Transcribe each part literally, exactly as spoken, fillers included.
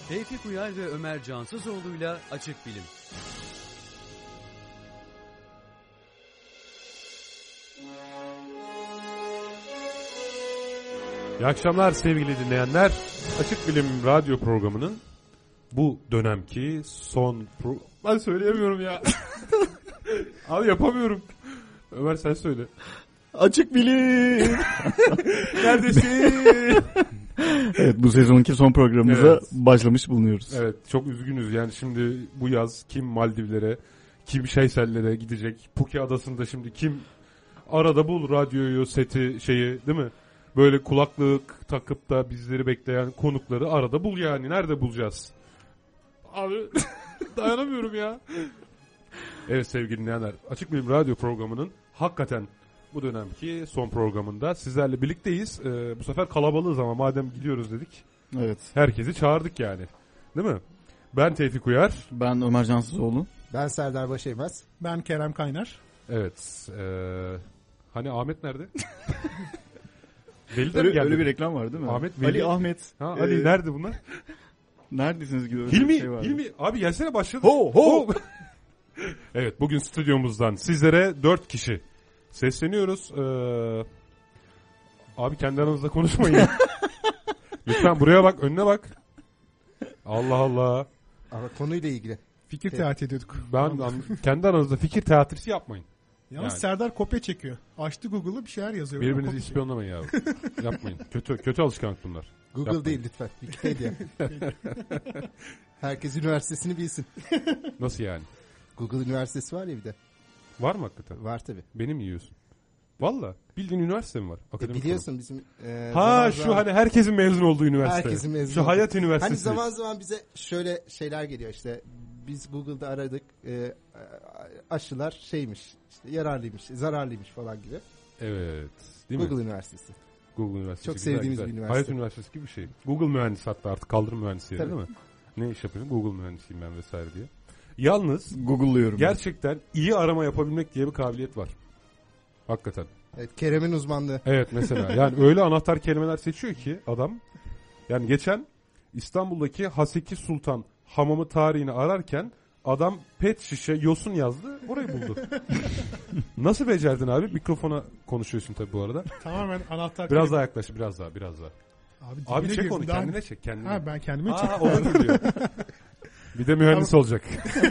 Tevfik Uyar ve Ömer Cansızoğlu'yla Açık Bilim. İyi akşamlar sevgili dinleyenler. Açık Bilim radyo programının bu dönemki son pro... Ben söyleyemiyorum ya. Abi yapamıyorum. Ömer sen söyle. Açık Bilim. Neredesin? Evet, bu sezonki son programımıza evet. başlamış bulunuyoruz. Evet, çok üzgünüz. Yani şimdi bu yaz kim Maldivlere, kim Şeysel'lere gidecek. Puki Adası'nda şimdi kim arada bul radyoyu, seti, şeyi değil mi? Böyle kulaklık takıp da bizleri bekleyen konukları arada bul yani. Nerede bulacağız? Abi dayanamıyorum ya. Evet sevgili dinleyenler, Açık Bilim radyo programının hakikaten bu dönemki son programında sizlerle birlikteyiz. Ee, bu sefer kalabalığız ama madem gidiyoruz dedik. Evet. Herkesi çağırdık yani. Değil mi? Ben Tevfik Uyar. Ben Ömer Cansızoğlu. Ben Serdar Başaymaz. Ben Kerem Kaynar. Evet. Ee, hani Ahmet nerede? Veli de öyle, öyle bir reklam var değil mi? Ahmet, Veli. Ali Ahmet. Ha, Ali ee, nerede bunlar? Neredesiniz gibi. Hilmi, şey Hilmi. Abi gelsene başladı. Ho ho. Evet, bugün stüdyomuzdan sizlere dört kişi sesleniyoruz. Ee, abi kendi aranızda konuşmayın. Lütfen buraya bak, önüne bak. Allah Allah. Ama konuyla ilgili. Fikir teatri ediyorduk. Ben kendi aranızda fikir teatrisi yapmayın. Yalnız yani. Serdar kopya çekiyor. Açtı Google'ı bir şeyler yazıyor. Birbirinizi ispiyonlamayın ya. Yapmayın. Kötü kötü alışkanlık bunlar. Google yapmayın. Değil lütfen. Wikipedia. Herkes üniversitesini bilsin. Nasıl yani? Google Üniversitesi var ya bir de. Var mı hakikaten? Var tabii. Beni mi yiyorsun? Valla. Bildiğin üniversite mi var? E biliyorsun bizim... E, ha zaman şu zaman, hani herkesin mezun olduğu üniversite. Herkesin mezun Şu olduğu. Hayat Üniversitesi. Hani zaman zaman bize şöyle şeyler geliyor işte. Biz Google'da aradık. E, aşılar şeymiş. İşte yararlıymış, zararlıymış falan gibi. Evet. Değil Google mi? Üniversitesi. Google Üniversitesi. Çok güzel, sevdiğimiz güzel. bir üniversite. Hayat Üniversitesi gibi bir şey. Google mühendisi hatta artık kaldırım mühendisi değil mi? Ne iş yapıyorsun? Google mühendisiyim ben vesaire diye. Yalnız Google'lıyorum. Gerçekten ben. iyi arama yapabilmek diye bir kabiliyet var. Hakikaten. Evet, Kerem'in uzmanlığı. Evet mesela. Yani öyle anahtar kelimeler seçiyor ki adam. Yani geçen İstanbul'daki Haseki Sultan hamamı tarihini ararken adam pet şişe yosun yazdı. Orayı buldu. Nasıl becerdin abi? Mikrofona konuşuyorsun tabii bu arada. Tamamen anahtar. Biraz kelime. Daha yaklaş, biraz daha, biraz daha. Abi, abi çek onu, daha... kendine çek, kendine. Ha ben kendime çek. Aa, o da geliyor. Bir de mühendis olacak.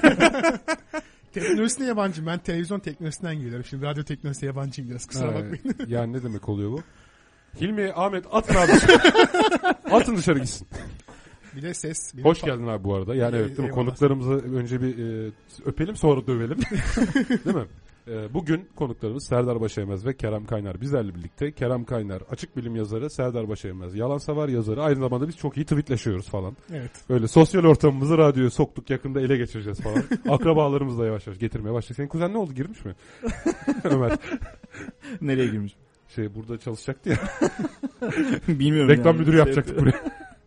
Teknolojisine yabancıyım. Ben televizyon teknolojisinden geliyorum. Şimdi radyo teknolojisine yabancıyım biraz. Kusura bakmayın. Yani ne demek oluyor bu? Hilmi, Ahmet atın abi dışarı. Atın dışarı gitsin. Bir de ses. Bir Hoş de geldin abi bu arada. Yani evet değil mi? Eyvallah. Konuklarımızı önce bir e, öpelim sonra dövelim. Değil mi? E, bugün konuklarımız Serdar Başaymaz ve Kerem Kaynar bizlerle birlikte. Kerem Kaynar Açık Bilim yazarı, Serdar Başaymaz Yalansavar yazarı. Aynı zamanda biz çok iyi tweetleşiyoruz falan. Evet. Öyle sosyal ortamımızı radyoya soktuk, yakında ele geçireceğiz falan. Akrabalarımızı da yavaş yavaş getirmeye başladık. Senin kuzen ne oldu, girmiş mi? Ömer. Nereye girmiş? Şey burada çalışacaktı ya. Bilmiyorum. Reklam yani. müdürü yapacaktık buraya.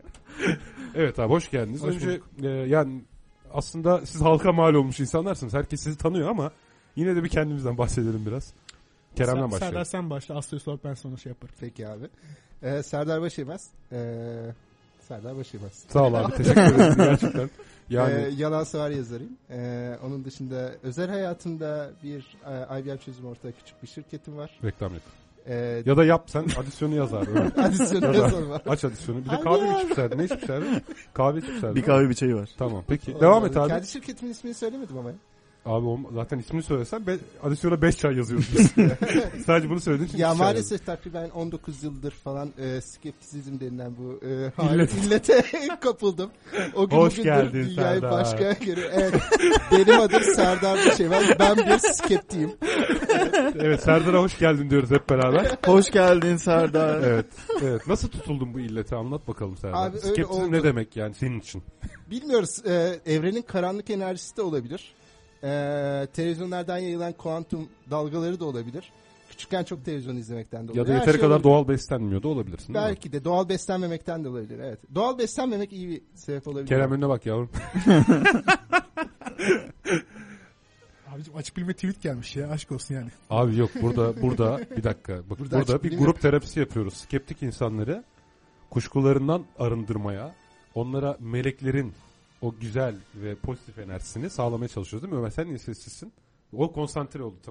Evet abi hoş geldiniz. Hoş Önce e, yani aslında siz halka mal olmuş insanlarsınız. Herkes sizi tanıyor ama yine de bir kendimizden bahsedelim biraz. Kerem'den Ser, başlayalım. Serdar sen başla. Aslı sor ben sonra şey yaparım. Peki abi. Ee, Serdar Başaymaz. Ee, Serdar Başaymaz. Sağ ol abi. Teşekkür ederim gerçekten. Yani ee, yalansever yazarıyım. Ee, onun dışında özel hayatımda bir e, I B M çözüm ortağı küçük bir şirketim var. reklam yap. Ee, Ya da yap sen adisyonu yaz abi. adisyonu yazalım abi. Aç adisyonu. Bir de kahve içmişlerdi. Ne içmişlerdi? Kahve içmişlerdi. Bir kahve bir çayı var. Tamam peki. Devam et abi. Kendi şirketimin ismini söylemedim ama. Abi o, zaten ismini söylesen be, adisyona beş çay yazıyoruz biz. Sadece bunu söyledin için. Ya maalesef takriben on dokuz yıldır falan e, skeptisizm denilen bu e, İllet. illete kapıldım. O gün Hoş bugündür geldin dünyayı Serdar. başka görüyor. Evet. Benim adım Serdar Başaymaz. Ben bir skeptiyim. Evet Serdar'a hoş geldin diyoruz hep beraber. Hoş geldin Serdar. Evet. Evet. Nasıl tutuldun bu illete, anlat bakalım Serdar. Abi, öyle skeptizm oldu. ne demek yani senin için? Bilmiyoruz. E, evrenin karanlık enerjisi de olabilir. Ee, televizyonlardan yayılan kuantum dalgaları da olabilir. Küçükken çok televizyon izlemekten de olabilir. Ya da Her yeteri şey kadar olabilir. doğal beslenmiyor da olabilirsin. Belki de doğal beslenmemekten de olabilir. Evet. Doğal beslenmemek iyi bir sebep olabilir. Kerem önüne bak yavrum. Abicim açık bilme tweet gelmiş ya. Aşk olsun yani. Abi yok burada burada bir dakika. Bak, Burada burada bir açık grup terapisi yapıyoruz. Skeptik insanları kuşkularından arındırmaya, onlara meleklerin o güzel ve pozitif enerjisini sağlamaya çalışıyoruz değil mi Ömer? Sen niye sessizsin? O konsantre oldu.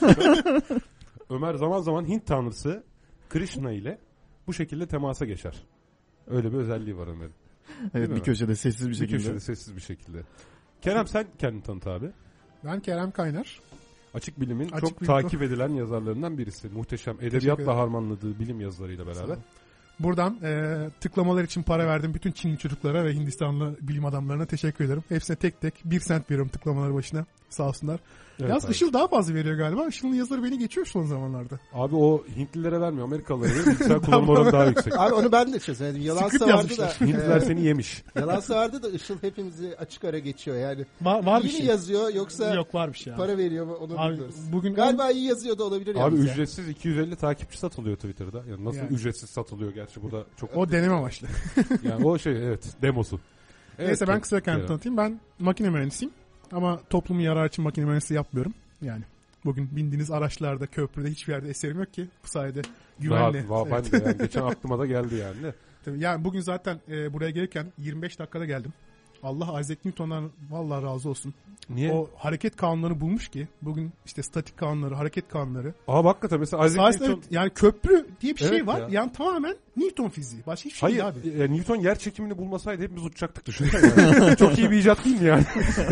Ömer zaman zaman Hint tanrısı Krishna ile bu şekilde temasa geçer. Öyle bir özelliği var Ömer'in. Evet, bir köşede sessiz bir şekilde. Bir köşede sessiz bir şekilde. Kerem sen kendini tanıt abi. Ben Kerem Kaynar. Açık Bilim'in Açık çok Bilim takip edilen yazarlarından birisi. Muhteşem edebiyatla harmanladığı bilim yazılarıyla beraber. Buradan e, tıklamalar için para verdim bütün Çinli çocuklara ve Hindistanlı bilim adamlarına teşekkür ederim. Hepsine tek tek bir sent veriyorum tıklamaları başına. Sağ olsunlar. Evet, Yalnız abi. Işıl daha fazla veriyor galiba. Işıl'ın yazıları beni geçiyor son zamanlarda. Abi o Hintlilere vermiyor. Amerikalılara veriyor. Bilgisayar kullanma oranı daha yüksek. Abi onu ben de çözemedim. Yalansa Script vardı yazmışlar. da. Hintliler e, seni yemiş. Yalansa vardı da Işıl hepimizi açık ara geçiyor yani. Var, var bir İyi mi şey. yazıyor yoksa Yok var bir şey abi. para veriyor mu onu Abi, bilmiyoruz. bugün Galiba iyi yazıyor da olabilir Abi yalnız ya. ücretsiz iki yüz elli takipçi satılıyor Twitter'da. Yani nasıl Yani. ücretsiz satılıyor gerçi bu da çok. o deneme amaçlı. Yani o şey evet demosu. Evet, Neyse ben Kerem. kısa kendimi tanıtayım. Ben makine mühendisiyim. Ama toplumun yararı için makine mühendisliği yapmıyorum. Yani bugün bindiğiniz araçlarda, köprüde hiçbir yerde eserim yok ki. Bu sayede güvenli. Rahat, va, Evet. ben de yani geçen aklıma da geldi yani. Tabii yani bugün zaten e, buraya gelirken yirmi beş dakikada geldim. Allah Isaac Newton'dan vallahi razı olsun. Niye? O hareket kanunlarını bulmuş ki bugün işte statik kanunları, hareket kanunları. Aa hakikaten mesela Isaac Sayesinde Newton... evet, yani köprü diye bir Evet şey var. ya. Yani tamamen Newton fiziği. Başka hiçbir şey Hayır, değil abi. e, Newton yer çekimini bulmasaydı hepimiz uçacaktık düşünsene yani. Çok iyi bir icat değil mi yani?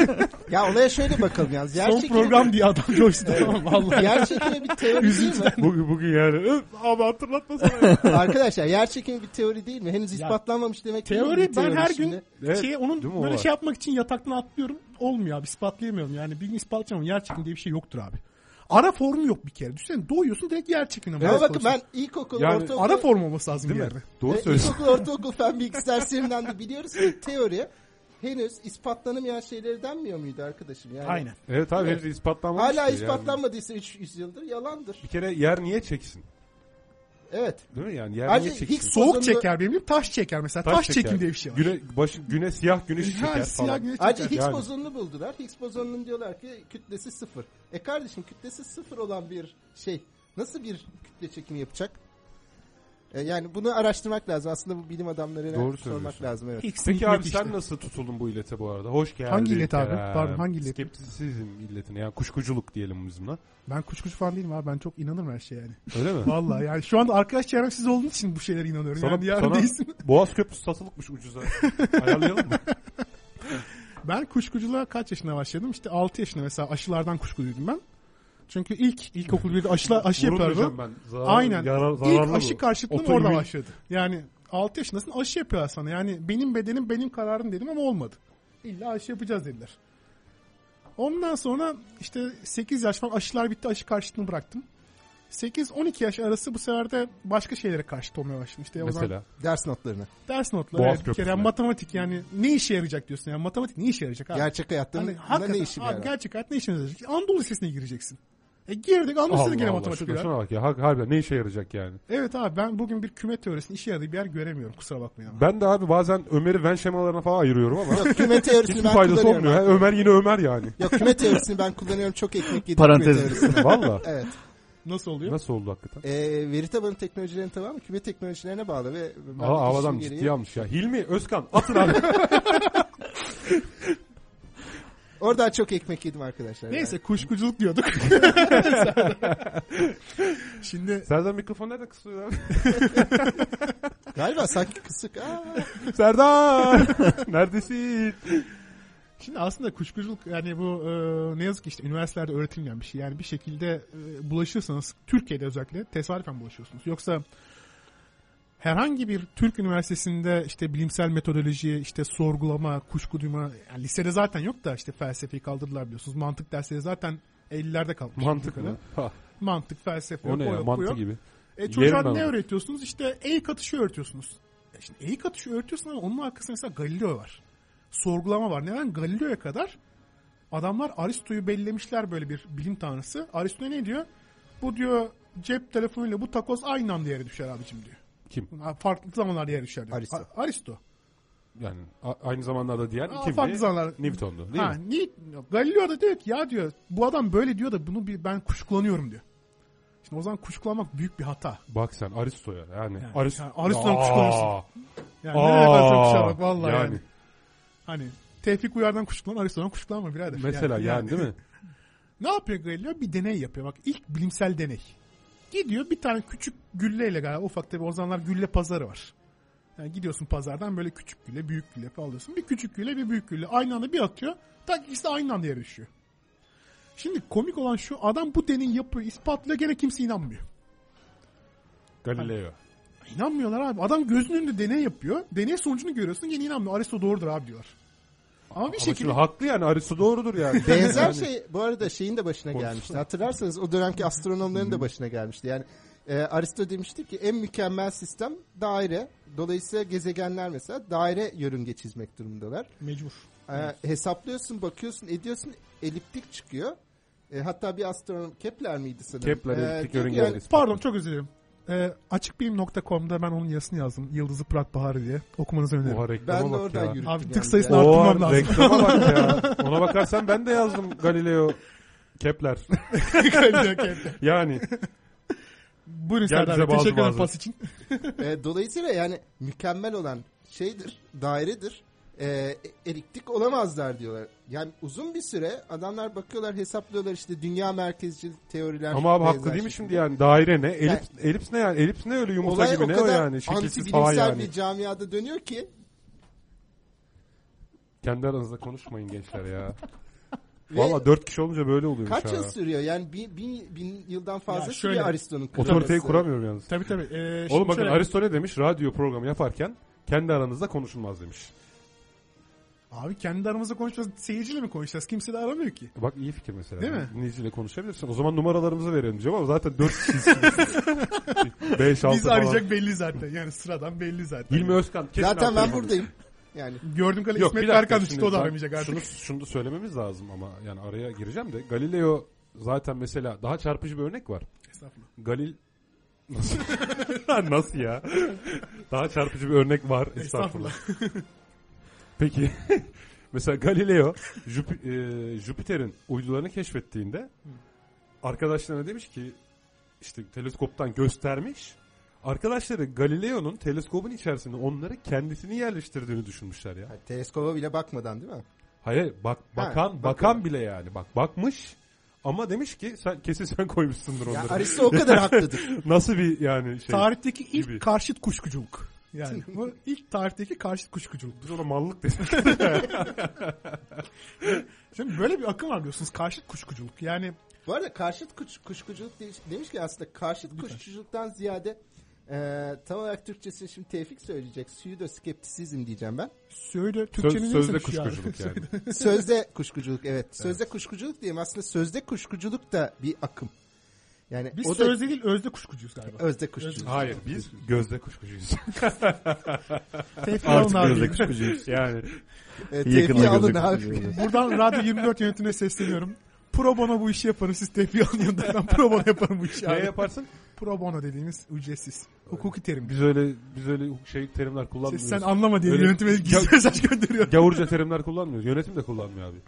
Ya olaya şöyle bakalım yalnız. Yer Son çekimi, program diye adam coştu tamam vallahi. yer çekimi bir teori değil mi? bugün, bugün yani. Öf, abi hatırlatmasana ya. Arkadaşlar yer çekimi bir teori değil mi? Henüz ispatlanmamış demek değil mi? Teori bir ben her şimdi? gün Evet, şey onun değil mi o böyle var? şey yapmak için yataktan atlıyorum. Olmuyor abi ispatlayamıyorum. Yani bir gün ispatlayacağım ama yer çekimi diye bir şey yoktur abi. Ara formu yok bir kere. Düşünsene doğuyorsun direkt yer çekimine. Ama maruz bakın kalıyorsun. ben ilkokul, Yani ortaokul, Ara formu olması lazım Değil bir mi? yerde. Doğru e, söylüyorsun. ilkokul, ortaokul fen bilgisi derslerinden de biliyoruz ki teori henüz ispatlanamayan şeyleri denmiyor muydu arkadaşım? Yani Aynen. Evet abi Evet. hepsi ispatlanmamış. hala ki ispatlanmadıysa üç yüz yıldır yalandır. Yani. Bir kere yer niye çeksin? Evet. Değil mi yani? Yer Ayrıca niye çeksin? Higgs Soğuk bozonunu- çeker benim bildiğim taş çeker mesela. Taş, çeker. çekim diye bir şey var. Güne, başı, güne siyah güneş Ha, çeker siyah falan. güneş Ayrıca çeker. Higgs Yani. bozonunu buldular. Higgs bozonunun diyorlar ki kütlesi sıfır. E kardeşim kütlesi sıfır olan bir şey nasıl bir kütle çekimi yapacak? E yani bunu araştırmak lazım. Aslında bu bilim adamlarına Doğru sormak söylüyorsun. lazım. Evet. Higgs'in Peki abi hikmeti sen işte. nasıl tutuldun bu illete bu arada? Hoş geldin. Hangi illet abi? Kerem. Pardon, hangi illet? Skeptisizm illetine yani kuşkuculuk diyelim biz buna. Ben kuşkucu falan değilim abi. Ben çok inanırım her şeye yani. Öyle mi? Vallahi yani şu anda arkadaş çevrem siz olduğunuz için bu şeylere inanıyorum. Sana, yani yarın sana değilsin. Boğaz Köprüsü satılıkmış ucuza. Ayarlayalım mı? Ben kuşkuculuğa kaç yaşında başladım? İşte altı yaşında mesela aşılardan kuşkuluydum ben. Çünkü ilk ilkokul birde aşıla, aşı Vurulmayacağım yapıyorlardı. ben. Zarar, Aynen. Yarar, İlk zararlı aşı bu. karşıtlığım Otoimmün. orada başladı. Yani altı yaşındasın aşı yapıyorlar sana. Yani benim bedenim benim kararım dedim ama olmadı. İlla aşı yapacağız dediler. Ondan sonra işte sekiz yaş falan aşılar bitti aşı karşıtlığını bıraktım. sekiz on iki yaş arası bu sefer de başka şeylere karşıt olmaya başladım. İşte o zaman Mesela. Ders notlarını. ders notları. Boğaz Evet, bir kere Köprüsü'ne. matematik yani ne işe yarayacak diyorsun yani matematik ne işe yarayacak abi? Gerçek hayatta Hani ne, hakikaten, ne işi abi, var? gerçek hayat ne işe yarayacak? Anadolu Lisesi'ne gireceksin. E girdik Anadolu Lisesi'ne gene matematik şuna, var. şuna bak ya. Har- Harbiden ne işe yarayacak yani? Evet abi ben bugün bir küme teorisinin işe yaradığı bir yer göremiyorum kusura bakmayın ama. Ben de abi bazen Ömer'i Venn şemalarına falan ayırıyorum ama Yok küme teorisini hiçbir ben faydası kullanıyorum. olmuyor. Ha, Ömer yine Ömer yani. Yok küme teorisini ben kullanıyorum. Çok ekmek yedim Parantez. küme teorisini. Valla. Evet. Nasıl oluyor? Nasıl oldu hakikaten? E, veri tabanı teknolojilerinin tamamı küme teknolojilerine bağlı ve ben Aa, işim havadan gereği- ciddiye almış ya. Hilmi, Özkan atın abi. Oradan çok ekmek yedim arkadaşlar. Neyse kuşkuculuk diyorduk. Şimdi Serdar mikrofon nerede kısıyor abi? Galiba sanki kısık. Aa. Serdar! Neredesin? Şimdi aslında kuşkuculuk yani bu e, ne yazık ki işte üniversitelerde öğretilmeyen bir şey. Yani bir şekilde e, bulaşırsanız Türkiye'de özellikle tesadüfen bulaşıyorsunuz. Yoksa herhangi bir Türk üniversitesinde işte bilimsel metodoloji, işte sorgulama, kuşku duyma yani lisede zaten yok da işte felsefeyi kaldırdılar biliyorsunuz. Mantık dersleri zaten ellilerde kalmış. Mantık Yukarı. mı? Ha, Mantık, felsefe o yok, ne o ya? yok, bu Mantı yok. gibi. E Yerim çocuğa ben ne onu. öğretiyorsunuz? İşte eğik atışı öğretiyorsunuz. E şimdi eğik atışı öğretiyorsun ama onun arkasında mesela Galileo var. Sorgulama var. Neden? Galileo'ya kadar adamlar Aristo'yu bellemişler böyle bir bilim tanrısı. Aristo ne diyor? Bu diyor cep telefonuyla bu takoz aynı anda yere düşer abicim diyor. Kim? Ha, farklı zamanlarda yere düşer diyor. Aristo. A- Aristo. Yani a- aynı zamanlarda diğer Aa, kimdi? farklı zamanlar. Newton'du değil ha, mi? Ni- Galileo da diyor ki ya diyor bu adam böyle diyor da bunu bir ben kuşkulanıyorum diyor. Şimdi o zaman kuşkulamak büyük bir hata. Bak sen Aristo'ya yani. Yani, Aristo. yani Aristo'dan Aa, kuşkularsın. Yani aa, nereye kadar kuşkulamak vallahi yani. yani. Hani Tevfik Uyar'dan kuşkulan Aristo'dan kuşkulanma birader. Mesela yani, yani değil mi? Ne yapıyor Galileo? Bir deney yapıyor. Bak ilk bilimsel deney. Gidiyor bir tane küçük gülleyle galiba ufak tabi o zamanlar gülle pazarı var. Yani gidiyorsun pazardan böyle küçük gülle büyük gülle falan alıyorsun. Bir küçük gülle bir büyük gülle aynı anda bir atıyor. Tak ikisi de aynı anda yere düşüyor. Şimdi komik olan şu adam bu deneyi yapıyor ispatlıyor gene kimse inanmıyor. Galileo. Hani, inanmıyorlar abi. Adam gözünün önünde deney yapıyor. Deney sonucunu görüyorsun gene inanmıyor. Aristo doğrudur abi diyorlar. Ama bir Ama şekilde... şimdi haklı yani Aristo doğrudur yani. Benzer yani. şey bu arada şeyin de başına gelmişti. Hatırlarsanız o dönemki astronomların da başına gelmişti. Yani e, Aristo demişti ki en mükemmel sistem daire. Dolayısıyla gezegenler mesela daire yörünge çizmek durumundalar. Mecbur. E, hesaplıyorsun, bakıyorsun, ediyorsun, eliptik çıkıyor. E, hatta bir astronom Kepler miydi sanırım? Kepler eliptik E, yörünge yani, ispatlı. Pardon çok özür dilerim. Ee, açıkbilim nokta com'da ben onun yazısını yazdım. Yıldızı Pırat Baharı diye. Okumanızı öneririm. Oha reklama Ben de bak oradan ya. yürüttüm. Abi tık yani. sayısını Yani. Oha arttırmam lazım. reklama bak ya. Ona bakarsan ben de yazdım Galileo Kepler. Yani. Buyurun Gel Serdar bize Bey. bazı Teşekkür ederim bazı. pas için. E, dolayısıyla yani mükemmel olan şeydir, dairedir. E, eliptik olamazlar diyorlar. Yani uzun bir süre adamlar bakıyorlar, hesaplıyorlar işte dünya merkezci teoriler. Ama abi haklı benzer değil mi şekilde. şimdi yani daire ne? Elips, Yani- elips ne yani? Elips ne öyle yumurta Olay gibi o ne o kadar yani? Şekilsiz falan antibilimsel yani. bir camiada dönüyor ki Kendi aranızda konuşmayın gençler ya. ve Valla dört kişi olunca böyle oluyormuş kaç ha. yıl sürüyor? Yani bin, bin, bin yıldan fazla Ya sürüyor şöyle, Aristo'nun Otoriteyi kırılması. kuramıyorum yalnız. Tabii tabii. Ee, Oğlum bakın şöyle- Aristo ne demiş? Radyo programı yaparken kendi aranızda konuşulmaz demiş. Abi kendi aramızda konuşacağız. Seyirciyle mi konuşacağız? Kimse de aramıyor ki. Bak iyi fikir mesela. Değil mi? Dinleyiciyle konuşabilirsin. O zaman numaralarımızı verelim diyeceğim ama zaten dört kişiyiz. beş altı Biz falan. arayacak belli zaten. Yani sıradan belli zaten. Hilmi Özkan. kesin Zaten ben hatırlamış. buradayım. Yani Gördüğüm kadarıyla Yok, İsmet bir dakika, Berkan şimdi çıktı o da ben aramayacak artık. Şunu, şunu da söylememiz lazım ama yani araya gireceğim de Galileo zaten mesela daha çarpıcı bir örnek var. Estağfurullah. Galil nasıl? Nasıl ya? Daha çarpıcı bir örnek var. Estağfurullah. Peki mesela Galileo Jüp- e, Jüpiter'in uydularını keşfettiğinde arkadaşlarına demiş ki işte teleskoptan göstermiş. Arkadaşları Galileo'nun teleskobun içerisinde onları kendisini yerleştirdiğini düşünmüşler ya. yani teleskoba bile bakmadan değil mi? Hayır bak bakan Ha, bakan bile yani bak bakmış ama demiş ki sen kesin sen koymuşsundur Ya onları. Aristo o kadar haklıdır. Nasıl bir yani şey? Tarihteki ilk gibi. karşıt kuşkuculuk. Yani bu ilk tarihteki karşıt kuşkuculuk. Biz ona mallık dedik. Şimdi böyle bir akım var biliyorsunuz. Karşıt kuşkuculuk. Yani Bu arada karşıt kuş, kuşkuculuk demiş, demiş ki aslında karşıt kuşkuculuktan ziyade e, tam olarak Türkçesini şimdi Tevfik söyleyecek. Pseudoskeptisizm diyeceğim ben. söyle Söz, Türkçenin sözde neyse şu ya. kuşkuculuk yani. Sözde kuşkuculuk evet. Sözde kuşkuculuk diyeyim. Aslında sözde kuşkuculuk da bir akım. Yani Biz o da sözde değil özde kuşkucuyuz galiba. özde kuşkuculuk. Hayır biz gözde kuşkucuyuz. Tevfik Artık alın gözde abi. kuşkucuyuz. yani E, Yakında Tevfik'i alın gözde abi. kuşkucuyuz. Buradan Radyo yirmi dört yönetimine sesleniyorum. Pro bono bu işi yaparım. Siz Tevfik alın yanında. Ben pro bono yaparım bu işi. ne abi. yaparsın? Pro bono dediğimiz ücretsiz. Hukuki terim. Biz öyle biz öyle şey terimler kullanmıyoruz. Sen anlama diye Öyle- yönetime gizli mesaj gönderiyor. Gavurca terimler kullanmıyoruz. Yönetim de kullanmıyor abi.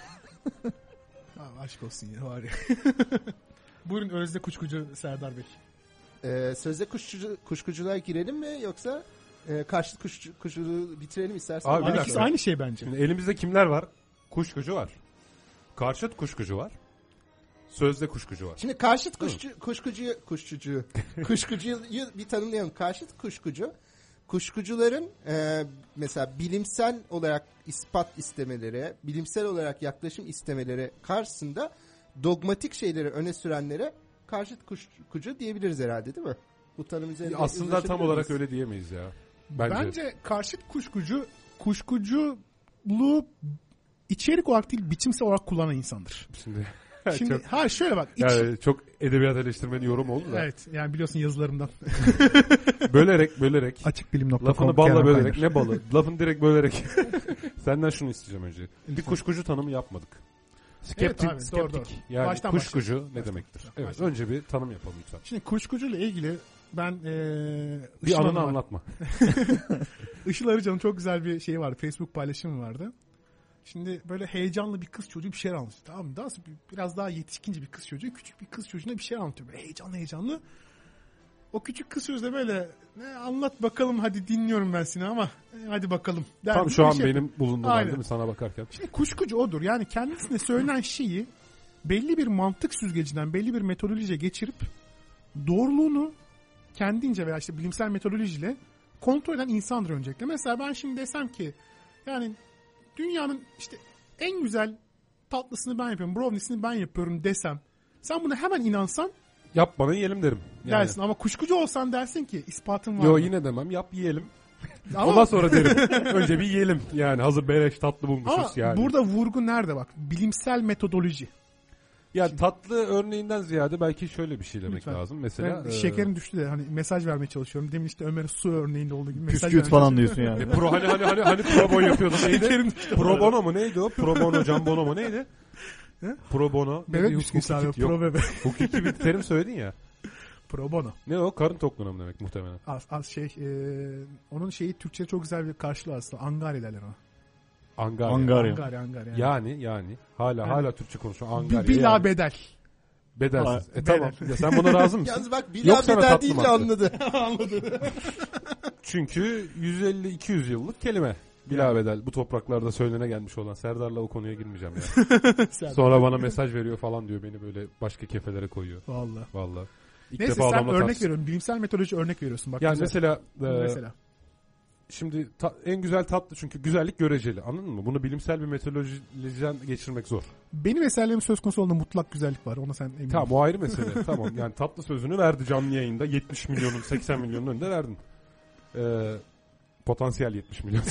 Abi aşk olsun ya var ya. Buyurun özde kuşkucu Serdar Bey. E, sözde kuşkucu, kuşkuculuğa girelim mi yoksa e, karşıt kuşku, kuşkuculuğu bitirelim istersen. Abi, bir Abi dakika. ikisi aynı şey bence. Şimdi elimizde kimler var? Kuşkucu var. Karşıt kuşkucu var. Sözde kuşkucu var. Şimdi karşıt kuşcu, kuşkucu, kuşkucu, kuşkucuyu bir tanımlayalım. Karşıt kuşkucu, kuşkucuların e, mesela bilimsel olarak ispat istemeleri, bilimsel olarak yaklaşım istemeleri karşısında dogmatik şeyleri öne sürenlere karşıt kuşkucu diyebiliriz herhalde değil mi? Bu tanım üzerinde Aslında tam uzlaşabilir olarak miyiz? öyle diyemeyiz ya. Bence. Bence karşıt kuşkucu kuşkuculuğu içerik olarak değil biçimsel olarak kullanan insandır. Şimdi, Şimdi çok, ha şöyle bak. iç- yani çok edebiyat eleştirmeni yorum oldu da. Evet yani biliyorsun yazılarımdan. Bölerek bölerek. Açık bilim nokta com Lafını balla Kenan bölerek. Kaynar. Ne balı? Lafını direkt bölerek. Senden şunu isteyeceğim önce. Bir kuşkucu tanımı yapmadık. Skeptik, Evet abi, skeptik. doğru, doğru. Yani Baştan kuşkucu başlayalım. ne demektir? Baştan Evet, başlayalım. önce bir tanım yapalım lütfen. Şimdi kuşkucuyla ilgili ben ee, Bir Işıl anını Hanım'a- anlatma. Işıl Arıcan'ın çok güzel bir şeyi vardı. Facebook paylaşımı vardı. Şimdi böyle heyecanlı bir kız çocuğu bir şeyler anlatıyor. Tamam mı? Daha sonra biraz daha yetişkince bir kız çocuğu küçük bir kız çocuğuna bir şey anlatıyor. Böyle heyecanlı heyecanlı. O küçük kız çocuğu da böyle ne, anlat bakalım hadi dinliyorum ben seni ama e, hadi bakalım. Der, Tam şu an şey benim bulunduğum Aynen. değil mi sana bakarken? Şimdi kuşkucu odur. Yani kendisine söylenen şeyi belli bir mantık süzgecinden belli bir metodolojiye geçirip doğruluğunu kendince veya işte bilimsel metodolojiyle kontrol eden insandır öncelikle. Mesela ben şimdi desem ki yani dünyanın işte en güzel tatlısını ben yapıyorum, brownie'sini ben yapıyorum desem sen buna hemen inansan Yap bana yiyelim derim. Yani. dersin ama kuşkucu olsan dersin ki ispatın var Yo mı? yine demem yap yiyelim. Ama, Ondan sonra derim. Önce bir yiyelim. Yani hazır beleş tatlı bulmuşuz ama yani. burada vurgu nerede bak? Bilimsel metodoloji. Ya tatlı örneğinden ziyade belki şöyle bir şey demek Lütfen. lazım. Mesela Ben e, şekerim düştü de hani mesaj vermeye çalışıyorum. Demin işte Ömer'e su örneğinde olduğu gibi mesaj Püskürt vermeye falan çalışıyorum. diyorsun e, yani. pro hani hani hani hani pro bono yapıyordu neydi? Şekerim düştü. Pro bono mu neydi o? Pro bono, can bono mu neydi? He? Pro bono. Bebek Neydi? bisküvisi abi. Hukuki- Pro Yok. bebe. Hukuki bir terim söyledin ya. Pro bono. Ne o? Karın tokluğuna mı demek muhtemelen? Az, az şey e, onun şeyi Türkçe çok güzel bir karşılığı aslında. Angarya derler ona. Angarya. Angarya. Angarya, Angarya. Yani. Yani yani hala Yani. hala Türkçe konuşuyor. Bir, Angarya. bila yani. bedel. Bedelsiz. Ha, E tamam. bedel. Ya sen buna razı mısın? Yalnız bak Yok bila sana bedel tatlı deyince madde. anladı. Çünkü yüz elli iki yüz yıllık kelime. Bilabedel bu topraklarda söylene gelmiş olan. Serdar'la o konuya girmeyeceğim ya. Sonra bana mesaj veriyor falan diyor. Beni böyle başka kefelere koyuyor. Vallahi. Vallahi. İlk Neyse defa sen adamla örnek tartış- veriyorsun. Bilimsel metodoloji örnek veriyorsun. Bak Yani güzel. mesela, e, mesela. şimdi ta- en güzel tatlı çünkü güzellik göreceli. Anladın mı? Bunu bilimsel bir metodolojiden geçirmek zor. Benim eserlerim söz konusu olduğunda mutlak güzellik var. Ona sen emin Tamam o ayrı mesele. Tamam yani tatlı sözünü verdi canlı yayında. yetmiş milyonun seksen milyonun önünde verdin. Ee, potansiyel yetmiş milyon.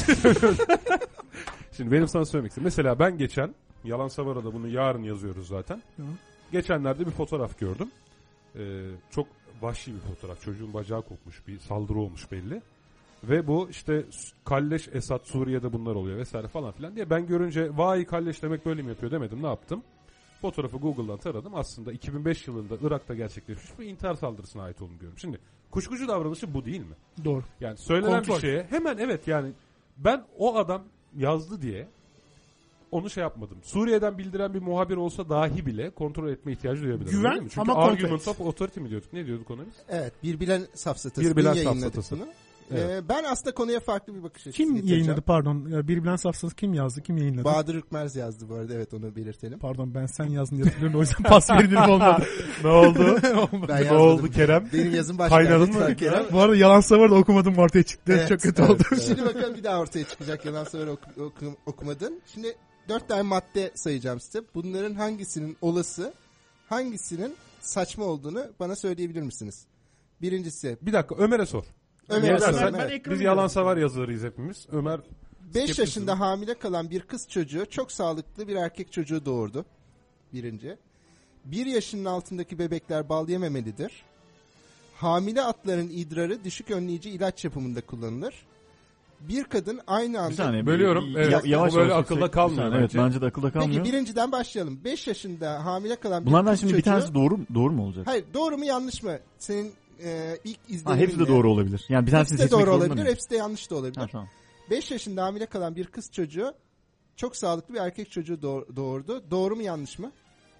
Şimdi benim sana söylemek istedim. Mesela ben geçen Yalan Savara'da bunu yarın yazıyoruz zaten. Hı. Geçenlerde bir fotoğraf gördüm. Ee, çok vahşi bir fotoğraf. Çocuğun bacağı kopmuş. Bir saldırı olmuş belli. Ve bu işte Kalleş Esad Suriye'de bunlar oluyor vesaire falan filan diye. Ben görünce vay Kalleş demek böyle mi yapıyor demedim. Ne yaptım? Fotoğrafı Google'dan taradım. Aslında iki bin beş yılında Irak'ta gerçekleşmiş bir intihar saldırısına ait olduğunu görüyorum. Şimdi kuşkucu davranışı bu değil mi? Doğru. Yani söylenen Kontrol. bir şeye hemen evet yani ben o adam yazdı diye onu şey yapmadım. Suriye'den bildiren bir muhabir olsa dahi bile kontrol etme ihtiyacı duyabilirim. Güven öyle mi? Çünkü ama kontrol argument et. of authority mi diyorduk? Ne diyorduk ona biz? Evet, bir bilen safsatası. Bir bilen Dün yayınladık safsatası. bunu. Evet. Ee, ben aslında konuya farklı bir bakış açısı Kim getireceğim. yayınladı pardon? Ya, Bir bilen safsası kim yazdı? Kim yayınladı? Bahadır Ürkmez yazdı bu arada, evet onu belirtelim. Pardon ben sen yazdın diye hatırlıyorum. O yüzden pas verilir olmadı. Ne oldu? Ben ne yazmadım. oldu Kerem? Benim yazım başka. Kaynadın lütfen mı? Kerem. Bu arada yalan savar da okumadım ortaya çıktı. Evet, Çok kötü evet. oldu. Şimdi bakalım bir daha ortaya çıkacak yalan sonra oku, oku, okumadın. Şimdi dört tane madde sayacağım size. Bunların hangisinin olası, hangisinin saçma olduğunu bana söyleyebilir misiniz? Birincisi. Bir dakika Ömer'e sor. Ömer'e Ömer, sor. sen- Evet. ekranı Biz yalan görüyorum. savar yazarıyız hepimiz. Ömer beş skeptik yaşında mi? hamile kalan bir kız çocuğu çok sağlıklı bir erkek çocuğu doğurdu. Birinci. bir yaşının altındaki bebekler bal yememelidir. Hamile atların idrarı düşük önleyici ilaç yapımında kullanılır. Bir kadın aynı anda... Bir saniye. Bölüyorum. bir- Evet. ya- yavaş Bu böyle yavaş akılda yüksek- kalmıyor bir saniye, bence. Evet bence de akılda kalmıyor. Peki birinciden başlayalım. beş yaşında hamile kalan bir Bunlardan kız şimdi çocuğu... bir tanesi doğru doğru mu olacak? Hayır, doğru mu yanlış mı? Senin e, ilk Ha, izlenimin hepsi de ne? doğru olabilir. Yani bir tanesini Hepsi de seçmek doğru zorunda olabilir, mıyım? hepsi de yanlış da olabilir. Ha, tamam. beş yaşında hamile kalan bir kız çocuğu çok sağlıklı bir erkek çocuğu doğ- doğurdu. Doğru mu yanlış mı?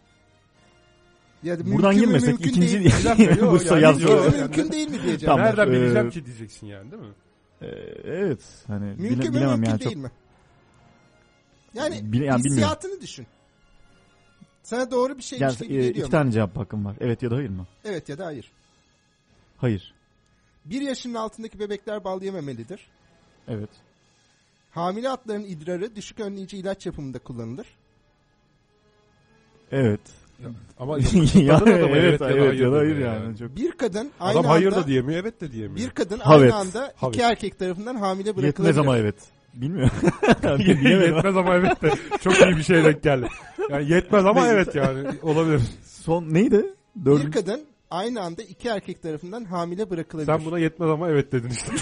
Ya da Buradan mümkün mü, girmesek mümkün ikinci değil mi? Bir dakika, yok, Bursa yani yaz yok. sorusu. Mümkün mü, mümkün değil mi diyeceğim. Tamam. Nereden Ee, bileceğim ki diyeceksin yani değil mi? Ee, evet. Hani bile- Mümkün mü, bilemem mümkün yani değil çok. mi? Yani Bile- yani bilmiyorum. hissiyatını düşün. Sana doğru bir şeymiş Yani, gibi e, geliyor iki mu? tane cevap hakkım var. Evet ya da hayır mı? Evet ya da hayır. Hayır. Bir yaşının altındaki bebekler bal yememelidir. Evet. Hamile atların idrarı düşük önleyici ilaç yapımında kullanılır. Evet. Ama ya, kadın adama evet, evet ya da hayır demiyor yani. Çok... Bir kadın aynı Adam hayır anda da diyemiyor, evet de diyemiyor. bir kadın Havet. aynı anda Havet. iki erkek tarafından hamile Yetmez bırakılabilir. ama evet. Bilmiyorum. Bilemedim. Yetmez ama evet de çok iyi bir şey denk geldi. Yani yetmez ama evet yani olabilir. Son neydi? Dördüncü. Bir kadın aynı anda iki erkek tarafından hamile bırakılabilir. Sen buna yetmez ama evet dedin işte.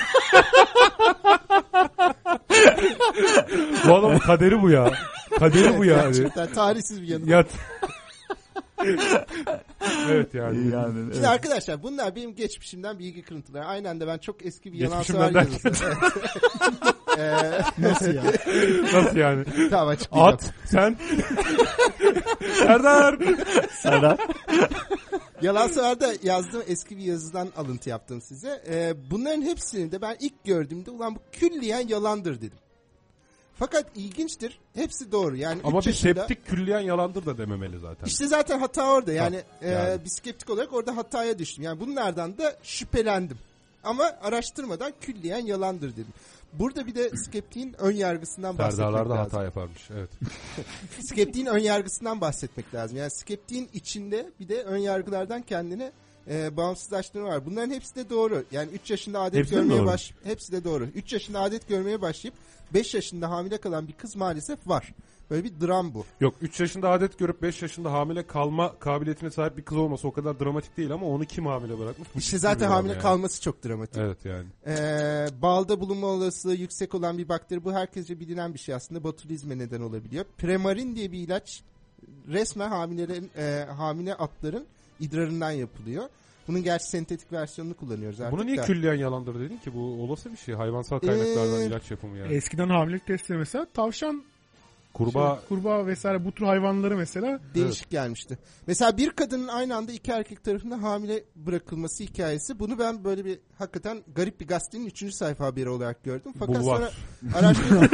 Bu adamın kaderi bu ya. Kaderi bu yani. Gerçekten tarihsiz bir yanı. Ya Evet yani. Yani, Şimdi evet. arkadaşlar bunlar benim geçmişimden bilgi kırıntıları. Aynı anda ben çok eski bir yalan Geçmişimden sever derken. yazısı. Eee, Nasıl ya? Nasıl yani? tamam açıklayacağım. At sen. Serdar. Serdar. Yalan Sever'de yazdığım eski bir yazıdan alıntı yaptım size. Ee, bunların hepsini de ben ilk gördüğümde ulan bu külliyen yalandır dedim. Fakat ilginçtir. Hepsi doğru. Yani Ama üç bir yaşında, septik külliyen yalandır da dememeli zaten. İşte zaten hata orada. Yani, Ha, e, yani. bir skeptik olarak orada hataya düştüm. Yani bunlardan da şüphelendim. Ama araştırmadan külliyen yalandır dedim. Burada bir de skeptiğin ön yargısından bahsetmek Serdarlar da lazım. hata yaparmış. Evet. Skeptiğin ön yargısından bahsetmek lazım. Yani skeptiğin içinde bir de ön yargılardan kendini e, bağımsızlaştırma var. Bunların hepsi de doğru. Yani üç yaşında adet Hepsi de görmeye doğru. baş hepsi de doğru. üç yaşında adet görmeye başlayıp beş yaşında hamile kalan bir kız maalesef var. Böyle bir dram bu. Yok üç yaşında adet görüp beş yaşında hamile kalma kabiliyetine sahip bir kız olması o kadar dramatik değil ama onu kim hamile bırakmış? Bu İşte hiç zaten bilmiyorum hamile yani. kalması çok dramatik. Evet yani. Ee, balda bulunma olasılığı yüksek olan bir bakteri, bu herkesce bilinen bir şey aslında, botulizme neden olabiliyor. Premarin diye bir ilaç resmen hamilelerin e, hamile atların idrarından yapılıyor. Bunun gerçi sentetik versiyonunu kullanıyoruz artık Bunu niye da. külliyen yalandır dedin ki? Bu olası bir şey. Hayvansal kaynaklardan Ee, ilaç yapımı yani. Eskiden hamilelik testleri mesela tavşan, Kurbağa şey, kurbağa vesaire bu tür hayvanları mesela Değişik gelmişti. Mesela bir kadının aynı anda iki erkek tarafından hamile bırakılması hikayesi. Bunu ben böyle bir hakikaten garip bir gazetenin üçüncü sayfa haberi olarak gördüm. Fakat Bulvar. sonra araştırdım.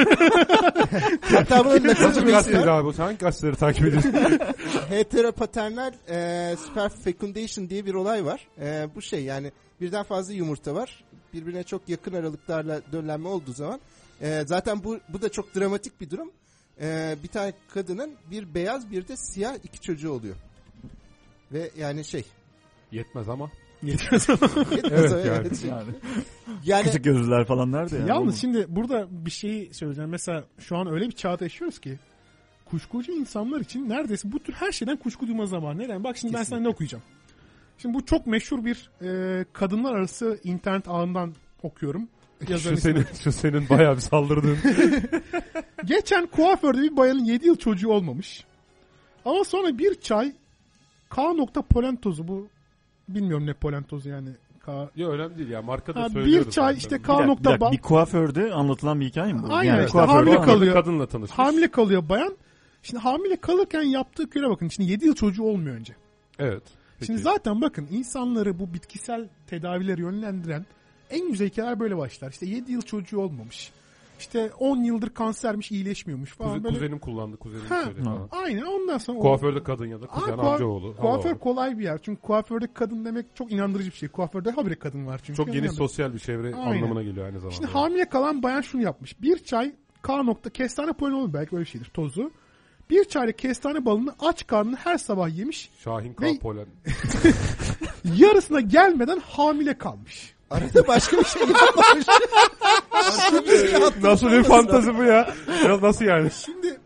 Hatta bunun Nasıl nakıcı bir bir gazeteydi ismi var. abi? Sen hangi gazeteleri takip ediyorsun? Heteropaternal e, superfecundation diye bir olay var. E, bu şey yani birden fazla yumurta var. Birbirine çok yakın aralıklarla döllenme olduğu zaman. E, zaten bu, bu da çok dramatik bir durum. E, bir tane kadının bir beyaz bir de siyah iki çocuğu oluyor. Ve yani şey. Yetmez ama. Yetmez Evet o, yani. Yani. Yani Küçük gözlüler falan nerede yani? Yalnız şimdi burada bir şey söyleyeceğim. Mesela şu an öyle bir çağda yaşıyoruz ki kuşkucu insanlar için neredeyse bu tür her şeyden kuşku duyma zamanı. Neden? Bak şimdi ben sana ne okuyacağım. Şimdi bu çok meşhur bir e, kadınlar arası internet ağından okuyorum. Şu senin, şu senin bayağı bir saldırdığın. Geçen kuaförde bir bayanın yedi yıl çocuğu olmamış. Ama sonra bir çay K. polen tozu, bu bilmiyorum ne polen tozu yani. K. Ya önemli değil ya. Marka da Ha, söylüyoruz. bir çay zaten. işte Bir K. dakika, bir, dakika, bal. bir kuaförde anlatılan bir hikaye mi bu? Aynen yani işte, kuaförde hamile anlat- kalıyor. Kadınla tanışmış. Hamile kalıyor bayan. Şimdi hamile kalırken yaptığı köre bakın. Şimdi yedi yıl çocuğu olmuyor önce. Evet. Peki. Şimdi zaten bakın insanları bu bitkisel tedavileri yönlendiren en güzel hikayeler böyle başlar. İşte yedi yıl çocuğu olmamış. İşte on yıldır kansermiş, iyileşmiyormuş falan Kuze- böyle. Kuzenim kullandı. Kuzenim Ha, söyledi falan. Aynen ondan sonra. Kuaförde kadın ya da kuzen Aa, kuaf- amcaoğlu. Kuaför Allah kolay bir yer. Çünkü kuaförde kadın demek çok inandırıcı bir şey. Kuaförde habire kadın var çünkü. Çok geniş Yani. sosyal bir çevre Aynen. anlamına geliyor aynı zamanda. Şimdi hamile kalan bayan şunu yapmış. Bir çay K. nokta kestane poleni olur belki öyle bir şeydir tozu. Bir çayla kestane balını aç karnına her sabah yemiş. Şahin K. Ve- Polen. Yarısına gelmeden hamile kalmış. arada başka bir şey yapmamış. Başka bir şey yapmamış. Nasıl bir fantezi bu ya? Ya nasıl yani? Şimdi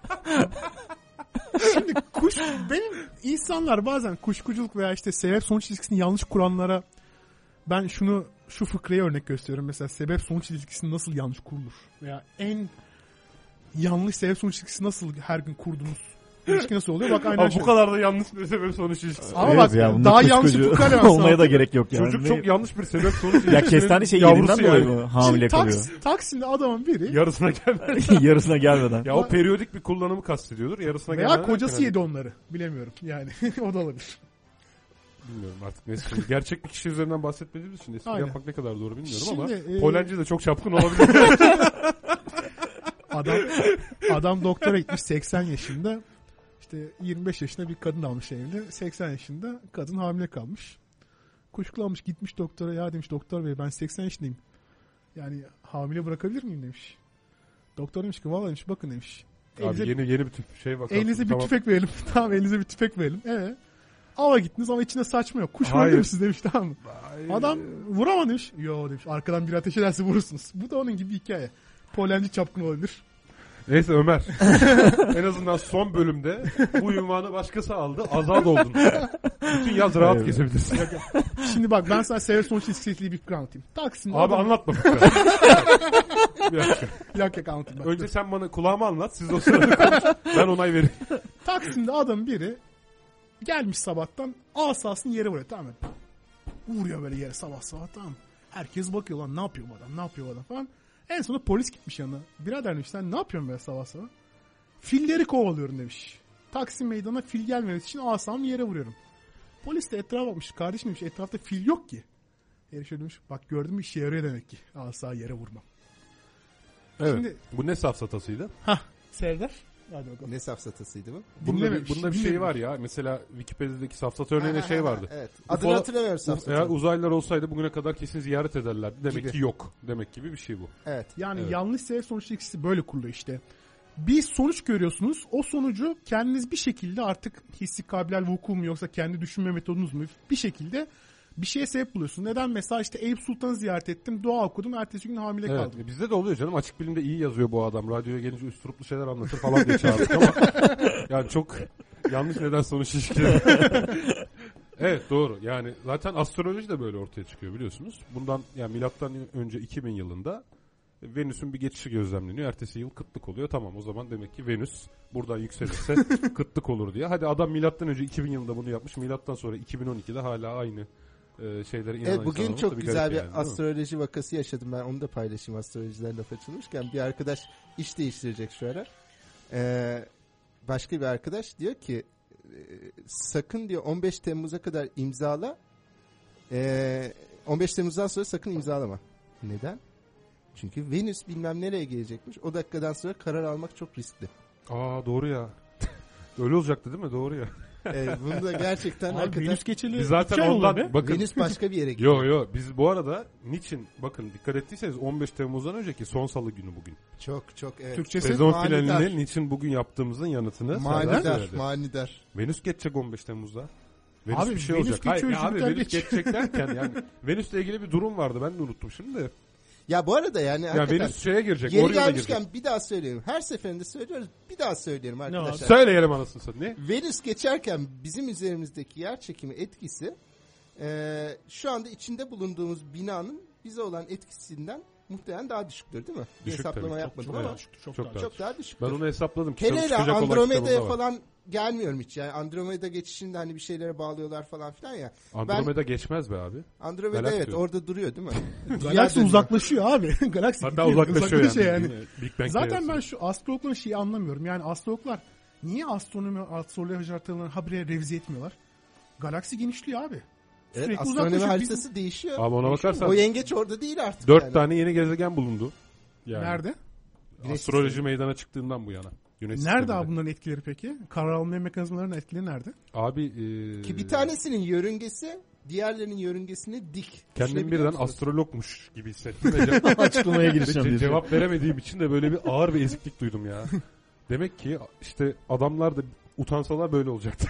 Şimdi kuş benim insanlar bazen kuşkuculuk veya işte sebep sonuç ilişkisini yanlış kuranlara ben şunu şu fıkraya örnek gösteriyorum. Mesela sebep sonuç ilişkisini nasıl yanlış kurulur veya en yanlış sebep sonuç ilişkisi nasıl her gün kurdunuz? İlişki nasıl oluyor? Bak aynen Ama bu şöyle. kadar da yanlış bir sebep sonuç ilişkisi. Ama Evet bak ya, bunda daha yanlış kuşkucu fıkra var olmaya sana. da gerek yok yani. Çocuk Ne- çok yanlış bir sebep sonuç Ya ilişkisinin kestane şey yavrusu yerinden dolayı yani. mı hamile Şimdi kalıyor? Taks, Taksim'de adamın biri Yarısına gelmedi. Yarısına gelmeden. Ya o periyodik bir kullanımı kastediyordur. Yarısına veya gelmeden. kocası derken yedi onları. Bilemiyorum yani. O da olabilir. Bilmiyorum artık neyse. Şimdi gerçek bir kişi üzerinden bahsetmediğimiz için espri Aynen. yapmak ne kadar doğru bilmiyorum Şimdi, ama e, polenci de çok çapkın olabilir. Adam adam doktora gitmiş seksen yaşında. İşte yirmi beş yaşında bir kadın almış evinde. seksen yaşında kadın hamile kalmış. Kuşkulanmış, gitmiş doktora. Ya demiş doktor bey ben seksen yaşındayım. Yani hamile bırakabilir miyim demiş. Doktor demiş ki valla demiş bakın demiş. Elinize, Abi yeni yeni bir tüp şey bak. elinize bir tamam. tüfek verelim. Tamam elinize bir tüfek verelim. Evet. Ava gittiniz ama içinde saçma yok. Kuş Hayır. öldü mü siz demiş tamam mı? Hayır. Adam vurama demiş. Yo demiş arkadan bir ateş ederse vurursunuz. Bu da onun gibi bir hikaye. Polenci çapkın olabilir. Neyse Ömer. En azından son bölümde bu ünvanı başkası aldı. Azat oldun. Bütün yaz rahat Evet. gezebilirsin. Şimdi bak ben sana sebep sonuç ilişkisiyle bir fıkra anlatayım. Taksim'de Abi adam... anlatma. Bir dakika. Yak yak anlatayım. Bak. Önce sen bana kulağıma anlat. Siz de o sırada konuş. Ben onay vereyim. Taksim'de adam biri Gelmiş sabahtan asasını yere vuruyor, tamam mı? Vuruyor böyle yere sabah sabah, tamam mı? Herkes bakıyor, lan ne yapıyor bu adam, ne yapıyor bu adam falan. En sonunda polis gitmiş yanına. Birader demiş, sen ne yapıyorsun böyle sabah sabah? Filleri kovalıyorum demiş. Taksim Meydanı'na fil gelmemesi için asamı yere vuruyorum. Polis de etrafa bakmış. Kardeşim demiş, etrafta fil yok ki. Herif şöyle demiş, bak gördün mü, işe yarıyor demek ki. Asa yere vurmam. Evet. Şimdi, bu ne safsatasıydı? hah Serdar. Hadi bakalım. Ne safsatasıydı bu? Bunda bir, Dinlememiş, bunda bir şey dinlememiş. var ya. Mesela Wikipedia'daki safsata örneğinde şey vardı. Evet. U F Adını O hatırlamıyorum Eğer safsatanın. uzaylılar olsaydı bugüne kadar kesin ziyaret ederlerdi. Demek Gibi. ki yok. Demek gibi bir şey bu. Evet. Yani Evet. yanlış sebep sonuç ilişkisi böyle kuruluyor işte. Bir sonuç görüyorsunuz. O sonucu kendiniz bir şekilde, artık hissi kabilel vuku mu yoksa kendi düşünme metodunuz mu, bir şekilde bir şeye sebep buluyorsunuz. Neden? Mesela işte Eyüp Sultan'ı ziyaret ettim, dua okudum, ertesi gün hamile Evet. kaldım. Bizde de oluyor canım. Açık bilimde iyi yazıyor bu adam. Radyoya gelince üstüruplu şeyler anlatır falan diye çağırdık ama yani çok yanlış neden sonuç ilişkileri. Evet, doğru. Yani zaten astroloji de böyle ortaya çıkıyor biliyorsunuz. Bundan yani milattan önce iki bin yılında Venüs'ün bir geçişi gözlemleniyor. Ertesi yıl kıtlık oluyor. Tamam, o zaman demek ki Venüs buradan yükselirse kıtlık olur diye. Hadi adam milattan önce iki bin yılında bunu yapmış. Milattan sonra iki bin on ikide hala aynı e, şeylere inanan Evet, bugün insanlar çok tabii güzel garip bir yani, değil mi? astroloji vakası yaşadım ben. Onu da paylaşayım, astrolojiden laf açılmışken. Bir arkadaş iş değiştirecek şu ara. Ee, başka bir arkadaş diyor ki e, sakın diyor on beş Temmuz'a kadar imzala. Ee, on beş Temmuz'dan sonra sakın imzalama. Neden? Çünkü Venüs bilmem nereye gelecekmiş. O dakikadan sonra karar almak çok riskli. Aa, doğru ya. Öyle olacaktı değil mi? Doğru ya. Ee, bunu da gerçekten Abi hakikaten Venüs geçeli Biz zaten iki ay oldu ondan be. bakın. Venüs başka bir yere gidiyor. Yo yo biz bu arada niçin bakın dikkat ettiyseniz on beş Temmuz'dan önceki son salı günü bugün. Çok çok evet. Türkçesi Sezon manidar. finalini niçin bugün yaptığımızın yanıtını Serdar Manidar, söyledi. manidar. Venüs geçecek on beş Temmuz'da. Venüs Abi, bir şey Venüs olacak. Hayır geçiyor, ya abi Jüpiter Venüs geçiyor. geçecek derken yani Venüs'le ilgili bir durum vardı, ben de unuttum şimdi de. Ya bu arada yani Ya hakikaten Venüs şeye girecek, yeri Orion'a gelmişken girecek. bir daha söylüyorum. Her seferinde söylüyoruz. Bir daha söyleyelim arkadaşlar. Söyleyelim anasını satayım. Ne? Venüs geçerken bizim üzerimizdeki yer çekimi etkisi e, şu anda içinde bulunduğumuz binanın bize olan etkisinden muhtemelen daha düşüktür değil mi? Bir Düşük hesaplama tabii, yapmadım Çok ama daha Evet. düşüktü, çok, Çok daha daha çok daha düşüktür. Ben onu hesapladım. Kitabı Hele çıkacak olan Andromeda'ya kitabımda var. falan gelmiyorum hiç. Yani Andromeda geçişinde hani bir şeylere bağlıyorlar falan filan ya. Andromeda geçmez be abi. Andromeda Galaksi evet yok. orada duruyor değil mi? Galaksi dönüyor. uzaklaşıyor abi. Galaksi Hatta gidiyor, uzaklaşıyor yani. yani. Big Bang Zaten teorisi. ben şu astrologların şeyi anlamıyorum. Yani astrologlar niye astronomi, astroloji haritalarını habire revize etmiyorlar? Galaksi genişliyor abi. Evet, Sürekli astronomi uzaklaşıyor. haritası Bizim- değişiyor. Abi ona bakarsan O yengeç orada değil artık. dört yani. tane yeni gezegen bulundu. Yani Nerede? Güneş astroloji sistemi. meydana çıktığından bu yana. Güneş Nerede sisteminde. abi bunların etkileri peki? Karar alma mekanizmalarının etkileri nerede? Abi e, Ki bir tanesinin yörüngesi diğerlerinin yörüngesine dik. kendim Düşünebiliyor birden musunuz? astrologmuş gibi hissettim. Ve ce- Açıklamaya girişeceğim ce- diye. cevap veremediğim için de böyle bir ağır bir eziklik duydum ya. Demek ki işte adamlar da utansalar böyle olacaktı.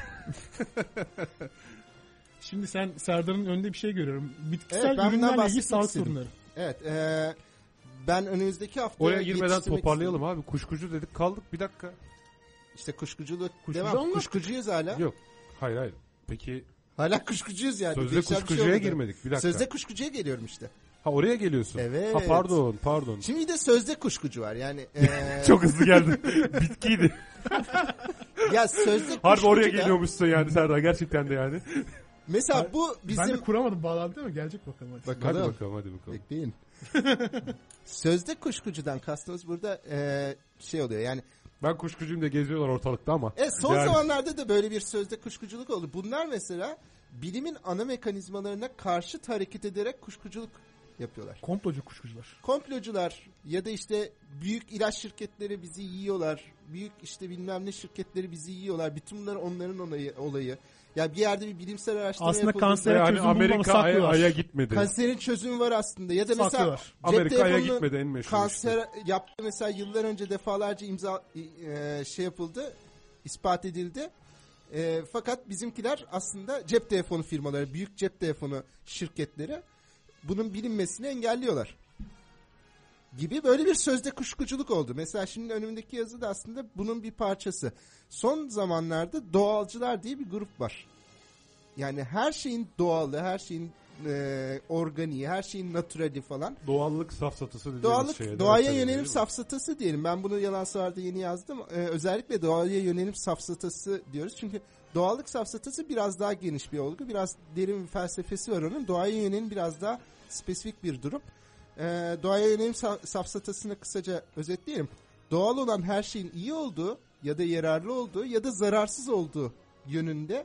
Şimdi sen Serdar'ın önünde bir şey görüyorum. Bitkisel Evet, ben bundan ürünlerle ilgili bahsetmek sağlık istedim. sorunları. Evet. E, ben önümüzdeki hafta Oraya girmeden yetiştirmek toparlayalım istedim. abi. Kuşkucu dedik kaldık bir dakika. İşte kuşkuculuk. Kuşkucu Devam. anlat. Kuşkucuyuz hala. Yok. Hayır hayır. Peki Hala kuşkucuyuz yani. sözde Değişen bir şey kuşkucuya olmadı. girmedik. Bir dakika. Sözde kuşkucuya geliyorum işte. Ha oraya geliyorsun. Evet. Ha pardon pardon. Şimdi bir de sözde kuşkucu var. Yani e, Çok hızlı geldi. Bitkiydi. ya sözde kuşkucu Harbi oraya da- geliyormuşsun yani Serdar gerçekten de yani. Mesela bu bizim Ben de kuramadım bağlantı ama gelecek bakalım. Hadi. Bakalım. Hadi bakalım hadi bakalım. Bekleyin. Sözde kuşkucudan kastımız burada e, şey oluyor yani. Ben kuşkucuyum da geziyorlar ortalıkta ama. Evet son Yani- zamanlarda da böyle bir sözde kuşkuculuk oldu. Bunlar mesela bilimin ana mekanizmalarına karşıt hareket ederek kuşkuculuk yapıyorlar. Komplocu kuşkucular. Komplocular ya da işte büyük ilaç şirketleri bizi yiyorlar. Büyük işte bilmem ne şirketleri bizi yiyorlar. Bütün bunlar onların olayı. olayı. Ya bir yerde bir bilimsel araştırma Aslında yapıldı. kanser- Yani çözüm bulmamı Amerika Ay'a, saklıyorlar. Ay'a gitmedi. Kanserin çözümü var aslında. Ya da mesela Saklıyorlar. cep Amerika Ay'a telefonunu gitmedi en meşhur kanser işte. yaptı mesela yıllar önce defalarca imza e, şey yapıldı, ispat edildi. E, fakat bizimkiler aslında cep telefonu firmaları, büyük cep telefonu şirketleri bunun bilinmesini engelliyorlar. Gibi böyle bir sözde kuşkuculuk oldu. Mesela şimdi önümdeki yazı da aslında bunun bir parçası. Son zamanlarda doğalcılar diye bir grup var. Yani her şeyin doğalı, her şeyin e, organiği, her şeyin naturali falan. Doğallık safsatası dediğimiz Doğallık, şeye. doğaya evet, yönelim safsatası diyelim. Ben bunu Yalan Savar'da yeni yazdım. Ee, özellikle doğaya yönelim safsatası diyoruz. Çünkü doğallık safsatası biraz daha geniş bir olgu. Biraz derin bir felsefesi var onun. Doğaya yönelim biraz daha spesifik bir durum. Ee, doğaya yönelim sa- safsatasını kısaca özetleyelim. Doğal olan her şeyin iyi olduğu ya da yararlı olduğu ya da zararsız olduğu yönünde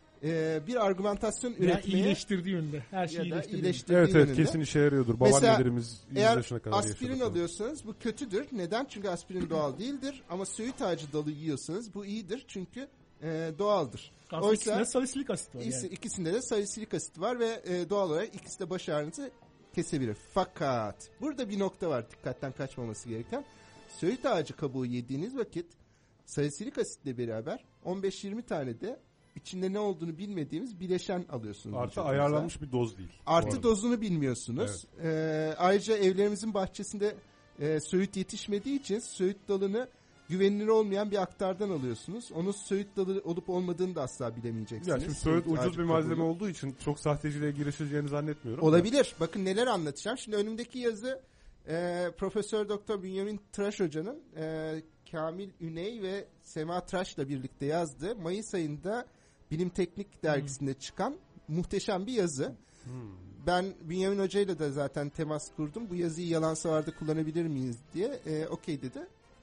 e, bir argümantasyon Ya üretmeye iyileştirdiği yönde. Her şeyi ya da iyileştirdiği. iyileştirdiği Evet evet yönünde. kesin işe yarıyordur. Mesela Babaannelerimiz yüz Eğer yaşına kadar aspirin yaşadı. alıyorsanız bu kötüdür. Neden? Çünkü aspirin doğal değildir. Ama söğüt ağacı dalı yiyorsanız bu iyidir. Çünkü e, doğaldır. Aslında Oysa ikisinde salisilik asit var ikisi- yani. ikisinde de salisilik asit var ve e, doğal olarak ikisi de baş ağrınızı kesebilir. Fakat burada bir nokta var dikkatten kaçmaması gereken. Söğüt ağacı kabuğu yediğiniz vakit salisilik asitle beraber on beş yirmi tane de içinde ne olduğunu bilmediğimiz bileşen alıyorsunuz. Artı vücudunuza. ayarlanmış bir doz değil. bu Artı arada. dozunu bilmiyorsunuz. Ee, ayrıca evlerimizin bahçesinde e, söğüt yetişmediği için söğüt dalını güvenilir olmayan bir aktardan alıyorsunuz. Onun söğüt dalı olup olmadığını da asla bilemeyeceksiniz. Ya şimdi söğüt ucuz ağacı bir malzeme kabuğu. olduğu için çok sahteciliğe girişeceğini zannetmiyorum. Olabilir. Bakın neler anlatacağım. Şimdi önümdeki yazı e, Profesör Doktor Bünyamin Tıraş Hoca'nın e, Kamil Üney ve Sema Tıraş'la birlikte yazdığı Mayıs ayında Bilim Teknik dergisinde hmm. çıkan muhteşem bir yazı. Hmm. Ben Bünyamin Hoca'yla da zaten temas kurdum. Bu yazıyı Yalan Savar'da kullanabilir miyiz diye. E, Okey dedi.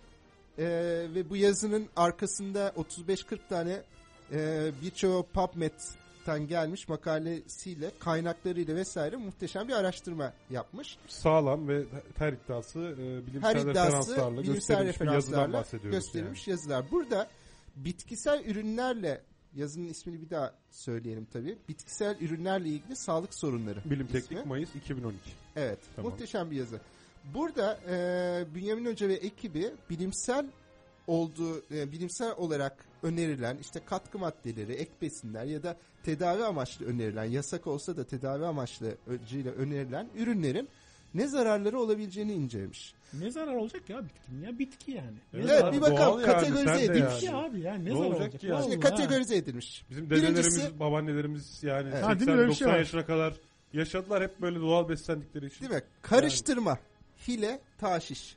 E, ve bu yazının arkasında otuz beş kırk tane e, birçoğu PubMed'den gelmiş makalesiyle, kaynaklarıyla vesaire muhteşem bir araştırma yapmış. Sağlam ve her iddiası e, bilimsel Her iddiası referanslarla bilimsel gösterilmiş bir yazıdan referanslarla bahsediyoruz. gösterilmiş yani. yazılar. Burada bitkisel ürünlerle, yazının ismini bir daha söyleyelim tabii. Bitkisel ürünlerle ilgili sağlık sorunları. Bilim ismi. Teknik Mayıs iki bin on iki. Evet. Tamam. Muhteşem bir yazı. Burada e, Bünyamin Hoca ve ekibi bilimsel olduğu, e, bilimsel olarak önerilen işte katkı maddeleri, ek besinler ya da tedavi amaçlı önerilen, yasak olsa da tedavi amaçlı ile önerilen ürünlerin ne zararları olabileceğini incelemiş. Ne zarar olacak ya bitkinin ya? Bitki yani. Ne Evet, Evet, zarar- bir bakalım, doğal kategorize yani, sen de edilmiş. Bitki abi yani ne, Ne zarar olacak olacak? ki yani? Şimdi Vallahi. kategorize edilmiş. Bizim Birincisi- dedelerimiz, babaannelerimiz yani Evet. Ha, değil mi? Öyle bir şey seksen doksan var. yaşına kadar yaşadılar hep böyle doğal beslendikleri için. Değil mi? Karıştırma, hile, taşiş.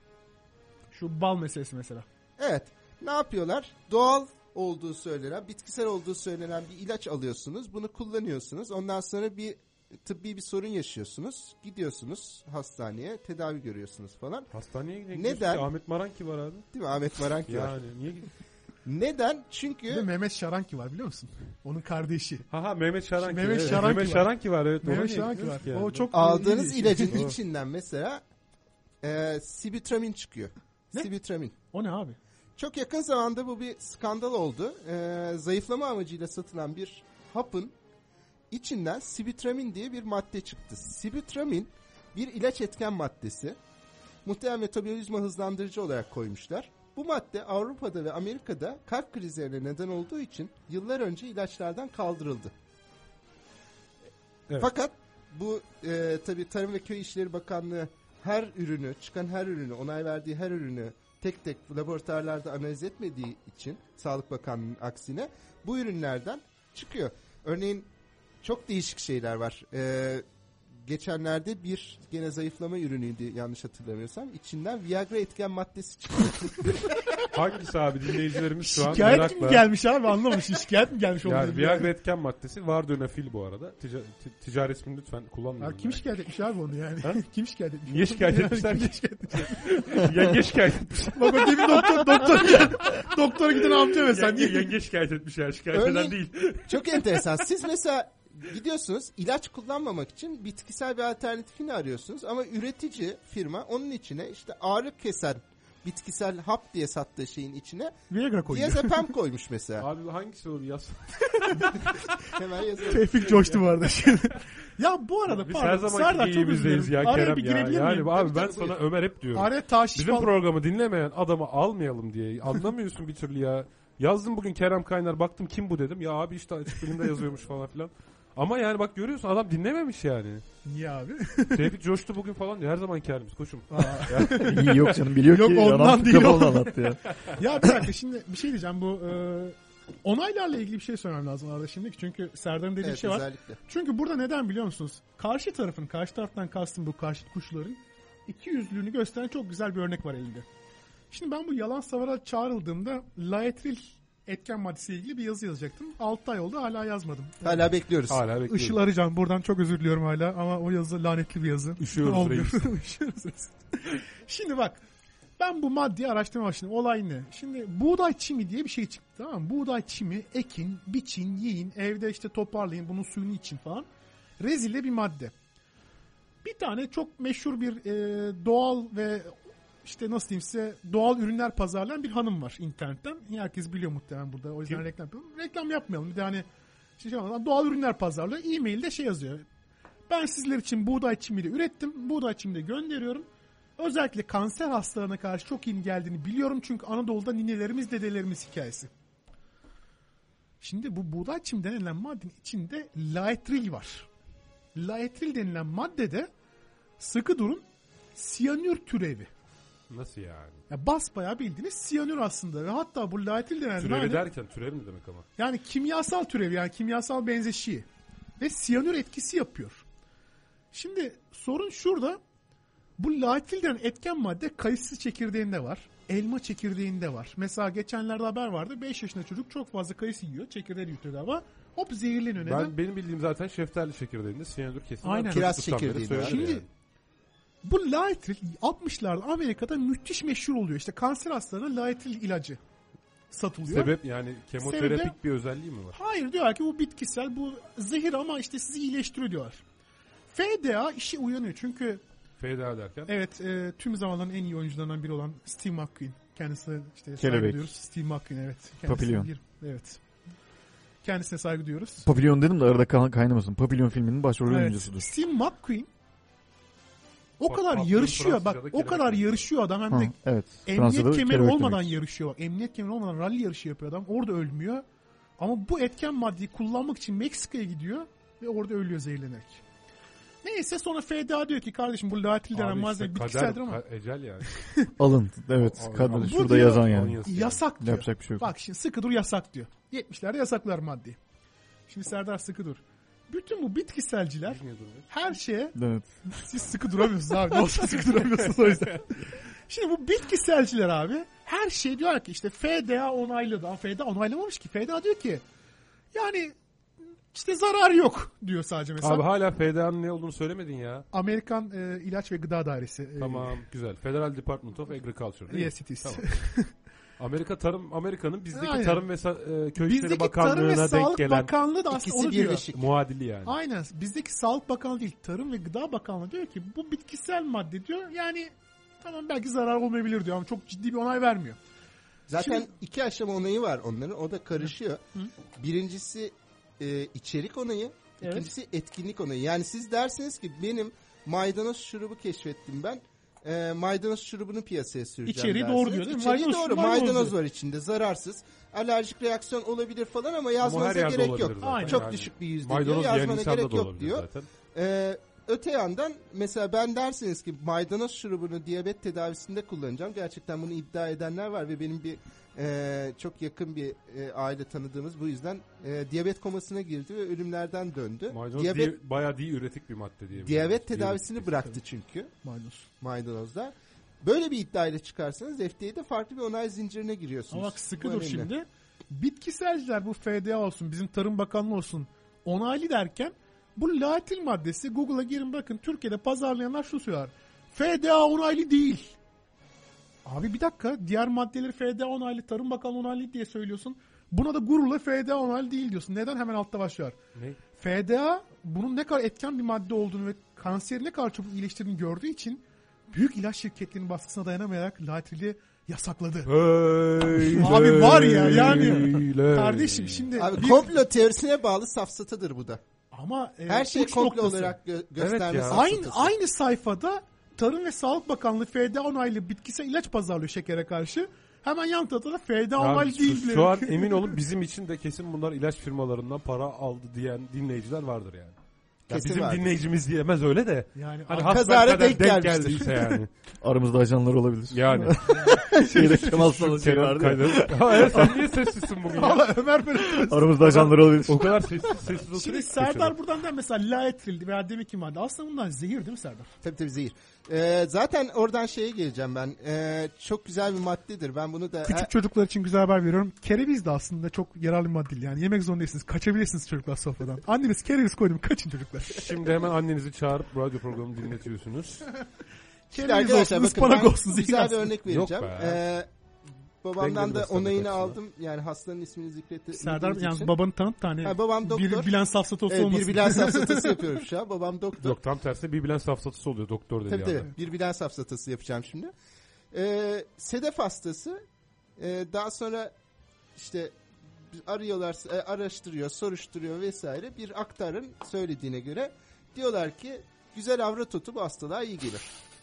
Şu bal meselesi mesela. Evet. Ne yapıyorlar? Doğal olduğu söylenen, bitkisel olduğu söylenen bir ilaç alıyorsunuz. Bunu kullanıyorsunuz. Ondan sonra bir tıbbi bir sorun yaşıyorsunuz. Gidiyorsunuz hastaneye, tedavi görüyorsunuz falan. Hastaneye gidiyor. Neden? Ahmet Maranki var abi. Değil mi? Ahmet Maranki var. Yani niye gidiyor? Neden? Bir de Çünkü Mehmet Şaranki var biliyor musun? Onun kardeşi. Ha ha Mehmet Şaranki. Mehmet evet. Şaranki Mehmet var. Şaranki var. Evet, Mehmet ona niye Şaranki var. gidiyoruz ki O yani? çok aldığınız iyi bir ilacın şey. içinden mesela e, sibutramin çıkıyor. Ne? Sibutramin. O ne abi? Çok yakın zamanda bu bir skandal oldu. Ee, zayıflama amacıyla satılan bir hapın içinden sibutramin diye bir madde çıktı. Sibutramin bir ilaç etken maddesi. Muhtemelen metabolizma hızlandırıcı olarak koymuşlar. Bu madde Avrupa'da ve Amerika'da kalp krizlerine neden olduğu için yıllar önce ilaçlardan kaldırıldı. Evet. Fakat bu e, tabii Tarım ve Köy İşleri Bakanlığı her ürünü, çıkan her ürünü, onay verdiği her ürünü tek tek laboratuvarlarda analiz etmediği için Sağlık Bakanlığı'nın aksine bu ürünlerden çıkıyor. Örneğin çok değişik şeyler var. Ee, geçenlerde bir gene zayıflama ürünüydü yanlış hatırlamıyorsam. İçinden Viagra etken maddesi çıktı. Hangisi abi dinleyicilerimiz şu an Şikayet merakla. mi gelmiş abi anlamamış. Şikayet mi gelmiş? Yani oldu? Viagra etken maddesi Vardönafil bu arada. Tica, ti- ticari ismini lütfen kullanmayın. Ha, kim şikayet etmiş abi onu yani? Ha? Kim şikayet etmiş? Niye şikayet Yani etmişler kim ki? şikayet etmiş? Yenge şikayet etmiş. Bak bakayım doktor doktor doktora giden amca mesela. Yenge, Niye? yenge şikayet etmiş yani. Şikayet Örneğin- eden değil. Çok enteresan. Siz mesela gidiyorsunuz ilaç kullanmamak için bitkisel bir alternatifini arıyorsunuz ama üretici firma onun içine işte ağrı kesen bitkisel hap diye sattığı şeyin içine Viagra koyuyor. diazepam koymuş mesela. Abi hangisi olur yaz? Hemen yazıyorum. Tevfik coştu bu arada şimdi. Ya bu arada Biz pardon. her zamanki Serdar, çok özür geyimizdeyiz dilerim. ya Araya Kerem bir ya. girebilir Yani miyim? abi Tabii, ben tabii, sana buyur. Ömer hep diyorum. Araya taş Bizim falan. programı dinlemeyen adamı almayalım diye. Anlamıyorsun bir türlü ya. Yazdım bugün Kerem Kaynar baktım kim bu dedim. Ya abi işte açık bilimde yazıyormuş falan filan. Ama yani bak görüyorsun adam dinlememiş yani. Niye abi? Tevfik coştu bugün falan diyor. Her zaman halimiz koçum. İyi yok canım biliyor Yok, ki ondan adam değil kapalı o. anlattı ya. Ya bir dakika şimdi bir şey diyeceğim bu e, Onaylarla ilgili bir şey söylemem lazım arada şimdi. Çünkü Serdar'ın dediği Evet, şey var. özellikle. Çünkü burada neden biliyor musunuz? Karşı tarafın, karşı taraftan kastım bu karşıt kuşların iki yüzlülüğünü gösteren çok güzel bir örnek var elinde. Şimdi ben bu yalan savara çağrıldığımda Laetril etken maddesiyle ilgili bir yazı yazacaktım. altı ay oldu, hala yazmadım. Hala bekliyoruz. Hala bekliyoruz. Işıl arayacağım. Buradan çok özür diliyorum hala ama o yazı lanetli bir yazı. Üşüyoruz Olmuyor. reis. Üşüyoruz reis. Şimdi bak. Ben bu maddeyi araştırmaya başladım. Olay ne? Şimdi buğday çimi diye bir şey çıktı, tamam mı? Buğday çimi ekin, biçin, yiyin, evde işte toparlayın, bunun suyunu için falan. Rezil bir madde. Bir tane çok meşhur bir e, doğal ve işte nasıl diyeyim size, doğal ürünler pazarlayan bir hanım var internetten. Herkes biliyor muhtemelen burada. O yüzden Kim? reklam yapıyorum. Reklam yapmayalım. Bir de hani şey, doğal ürünler pazarlıyor. E-mail'de şey yazıyor. Ben sizler için buğday çimi de ürettim. Buğday çimi de gönderiyorum. Özellikle kanser hastalarına karşı çok iyi geldiğini biliyorum. Çünkü Anadolu'da ninelerimiz, dedelerimiz hikayesi. Şimdi bu buğday çimi denilen maddenin içinde laetril var. Laetril denilen maddede sıkı durun siyanür türevi. Nasıl yani? Ya basbayağı bildiğiniz siyanür aslında. Ve hatta bu laetril denen Türevi madde, derken türevi mi demek ama? yani kimyasal türevi, yani kimyasal benzeşiği. Ve siyanür etkisi yapıyor. Şimdi sorun şurada. Bu laetril denen etken madde kayısı çekirdeğinde var. Elma çekirdeğinde var. Mesela geçenlerde haber vardı. beş yaşında çocuk çok fazla kayısı yiyor. Çekirdeği yutuyor galiba. Hop zehirleniyor. Neden? Ben, benim bildiğim zaten şeftali çekirdeğinde siyanür kesin. Aynen. Kiraz Çocukluktan beri çekirdeği söylenir var. Şimdi yani. bu laetril altmışlarda Amerika'da müthiş meşhur oluyor. İşte kanser hastalarına laetril ilacı satılıyor. Sebep yani kemoterapik Sebebi- bir özelliği mi var? Hayır, diyorlar ki bu bitkisel, bu zehir ama işte sizi iyileştiriyor diyorlar. F D A işi uyanıyor çünkü Feda derken. evet, e, tüm zamanların en iyi oyuncularından biri olan Steve McQueen. Kendisine işte saygı Kelebek. duyuyoruz. Steve McQueen, evet. Kendisine Papilyon. Bir, evet. Kendisine saygı duyuyoruz. Papilyon dedim de arada kan- kaynamasın. Papilyon filminin başrol Evet. oyuncusudur. Steve McQueen o Bak, kadar Papilyon yarışıyor. Bak Fransızca'da o kadar kelebek. yarışıyor adam. Hem Ha, de evet. emniyet Fransa'da kemeri kelebek olmadan demek. yarışıyor. Bak, emniyet kemeri olmadan rally yarışı yapıyor adam. Orada ölmüyor. Ama bu etken maddeyi kullanmak için Meksika'ya gidiyor ve orada ölüyor zehirlenerek. Neyse sonra F D A diyor ki kardeşim bu laetril denen Abi malzeme işte bitkiseldir kader, ama ka- ecel yani. Alın. Evet. Ama- Kadın ama- şurada Bu diyor- yazan yani. Onun yasak diyor. Yapacak bir şey yok. Bak şimdi sıkı dur yasak diyor. yetmişlerde yasaklar maddeyi. Şimdi Serdar sıkı dur. Bütün bu bitkiselciler her şeye Evet. siz sıkı duramıyorsunuz abi. Ne olsa sıkı duramıyorsunuz o yüzden. Şimdi bu bitkiselciler abi her şey diyor ki işte F D A onayladı. Ama F D A onaylamamış ki. F D A diyor ki yani işte zarar yok diyor sadece mesela. Abi hala F D A'nın ne olduğunu söylemedin ya. Amerikan e, İlaç ve Gıda Dairesi. E, Tamam güzel. Federal Department of Agriculture değil mi? Yes it is. Tamam. Amerika tarım Amerika'nın bizdeki Aynen. Tarım ve Sa- e, Köy İşleri Bizdeki Tarım ve Bakanlığı'na denk Sağlık gelen Bakanlığı da aslında İkisi onu diyor. birleşik. muadili yani. Aynen. Bizdeki Sağlık Bakanlığı değil, Tarım ve Gıda Bakanlığı diyor ki bu bitkisel madde diyor. Yani tamam belki zarar olmayabilir diyor ama çok ciddi bir onay vermiyor. Zaten Şimdi- iki aşama onayı var onların. O da karışıyor. Hı. Birincisi e, içerik onayı. Evet. İkincisi etkinlik onayı. Yani siz dersiniz ki benim maydanoz şurubu keşfettim ben. E, maydanoz şurubunu piyasaya süreceğim İçeriği dersiniz. doğru diyor değil mi? İçeriği Maydanoz doğru. şurubu var, Maydanoz doğru var içinde. Zararsız. Alerjik reaksiyon olabilir falan ama Ama her yazmanıza yerde gerek olabilir yok. zaten. Aynen. Çok Yani düşük bir yüzde diyor. Maydanoz yiyen Yazmana insanda gerek da yok olabilir diyor. zaten. Ee, öte yandan mesela ben derseniz ki maydanoz şurubunu diyabet tedavisinde kullanacağım. Gerçekten bunu iddia edenler var ve benim bir e, çok yakın bir e, aile tanıdığımız bu yüzden e, diyabet komasına girdi ve ölümlerden döndü. Maydanoz Diyabet, di- bayağı diüretik bir madde diye. diyabet tedavisini bıraktı çünkü Maydanoz. maydanozda. Böyle bir iddiayla çıkarsanız F D A'de farklı bir onay zincirine giriyorsunuz. Ama bak sıkı Bu dur önemli. şimdi. Bitkiselciler bu F D A olsun, bizim Tarım Bakanlığı olsun onaylı derken bu laetril maddesi Google'a girin bakın Türkiye'de pazarlayanlar şu söylüyor. F D A onaylı değil. Abi bir dakika diğer maddeleri F D A onaylı, Tarım Bakanlığı onaylı diye söylüyorsun. Buna da gururla F D A onaylı değil diyorsun. Neden? Hemen altta başlıyor. Ne? F D A bunun ne kadar etken bir madde olduğunu ve kanseri ne kadar çabuk iyileştirdiğini gördüğü için büyük ilaç şirketlerinin baskısına dayanamayarak laetrili yasakladı. Hey, Abi var ya, yani hey, Kardeşim şimdi Abi bir- komplo teorisine bağlı safsatadır bu da. ama e, Her şey uç komplo noktası. olarak gö- gösterme ya. safsatası. Aynı aynı sayfada Tarım ve Sağlık Bakanlığı F D A onaylı bitkisel ilaç pazarlıyor şekere karşı. Hemen yan tarafta da F D A Ya onaylı şu, değil bile. şu an emin olun bizim için de kesin bunlar ilaç firmalarından para aldı diyen dinleyiciler vardır yani. Ya Kesin bizim vardır. dinleyicimiz diyemez öyle de. Yani Hani Kazara hasbelkader denk denk gelmiştir. geldiyse yani. Aramızda ajanlar olabilir. Yani. Şeyde Kemal Sunal şey Kenan vardı ya. Kaydar. Ha, evet, sen niye sessizsin bugün ya? Valla Ömer böyle. Aramızda ajanlar olabilir. O kadar sessiz sessiz oturuyor Şimdi ki Serdar köşede. buradan der mesela laetrildi veya demek ki madde. Aslında bundan zehir değil mi Serdar? Tabii tabii zehir. Ee, zaten oradan şeye geleceğim ben. Ee, çok güzel bir maddedir. Ben bunu da... Küçük çocuklar için güzel haber veriyorum. Kereviz de aslında çok yararlı bir madde değil. Yani yemek zorunda değilsiniz. Kaçabilirsiniz çocuklar sofradan. Anneniz kereviz koydum. Kaçın çocuklar. Şimdi hemen annenizi çağırıp radyo programı dinletiyorsunuz. Şimdi Kereviz arkadaşlar olsun, bakın ıspanak ben olsun. zehir güzel bir aslında. örnek vereceğim. Yok be. Ee, babamdan Dengeli da beslenmek onayını açısından. aldım. Yani hastanın ismini zikretti. Serdar için. yalnız babanı tanıt da hani Ha, babam doktor. bir bilen safsatosu Evet, olmasın. bir bilen safsatası yapıyorum şu an. Babam doktor. Yok tam tersi bir bilen safsatası oluyor doktor dedi Tabii yani. tabii. Bir bilen safsatası yapacağım şimdi. Ee, sedef hastası. Ee, daha sonra işte arıyorlar, e, araştırıyor, soruşturuyor vesaire. Bir aktarın söylediğine göre diyorlar ki güzel avrat otu bu hastalığa iyi gelir.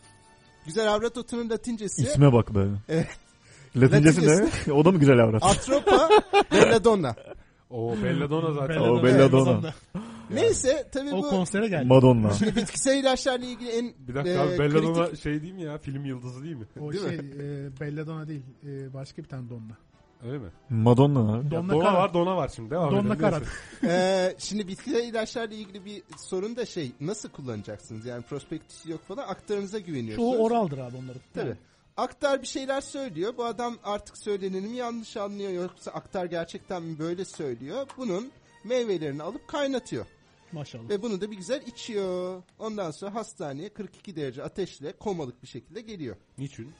Güzel avrat otunun latincesi İsme bak be. Evet. Latincesi Latincesi- ne? O da mı güzel avrat? Atropa belladonna. O belladonna zaten. O belladonna. Neyse tabii O bu konsere geldi. Madonna. şimdi bitkisel ilaçlarla ilgili en Bir dakika e, abi belladonna kritik- şey değil mi ya? Film yıldızı değil mi? O Değil şey e, belladonna değil. E, başka bir tane donna. Öyle mi? Madonna abi. Ya Donna dona Karat. var dona var şimdi. Devam Donna edelim. Karat. Neyse. Ee, şimdi bitkisel ilaçlarla ilgili bir sorun da şey nasıl kullanacaksınız? Yani prospektüsü yok falan aktarınıza güveniyorsunuz. Çoğu oraldır abi onların. Tabii. Yani. Aktar bir şeyler söylüyor. Bu adam artık söyleneni mi yanlış anlıyor yoksa aktar gerçekten mi böyle söylüyor? Bunun meyvelerini alıp kaynatıyor. Maşallah. Ve bunu da bir güzel içiyor. Ondan sonra hastaneye kırk iki derece ateşle komalık bir şekilde geliyor. Niçin?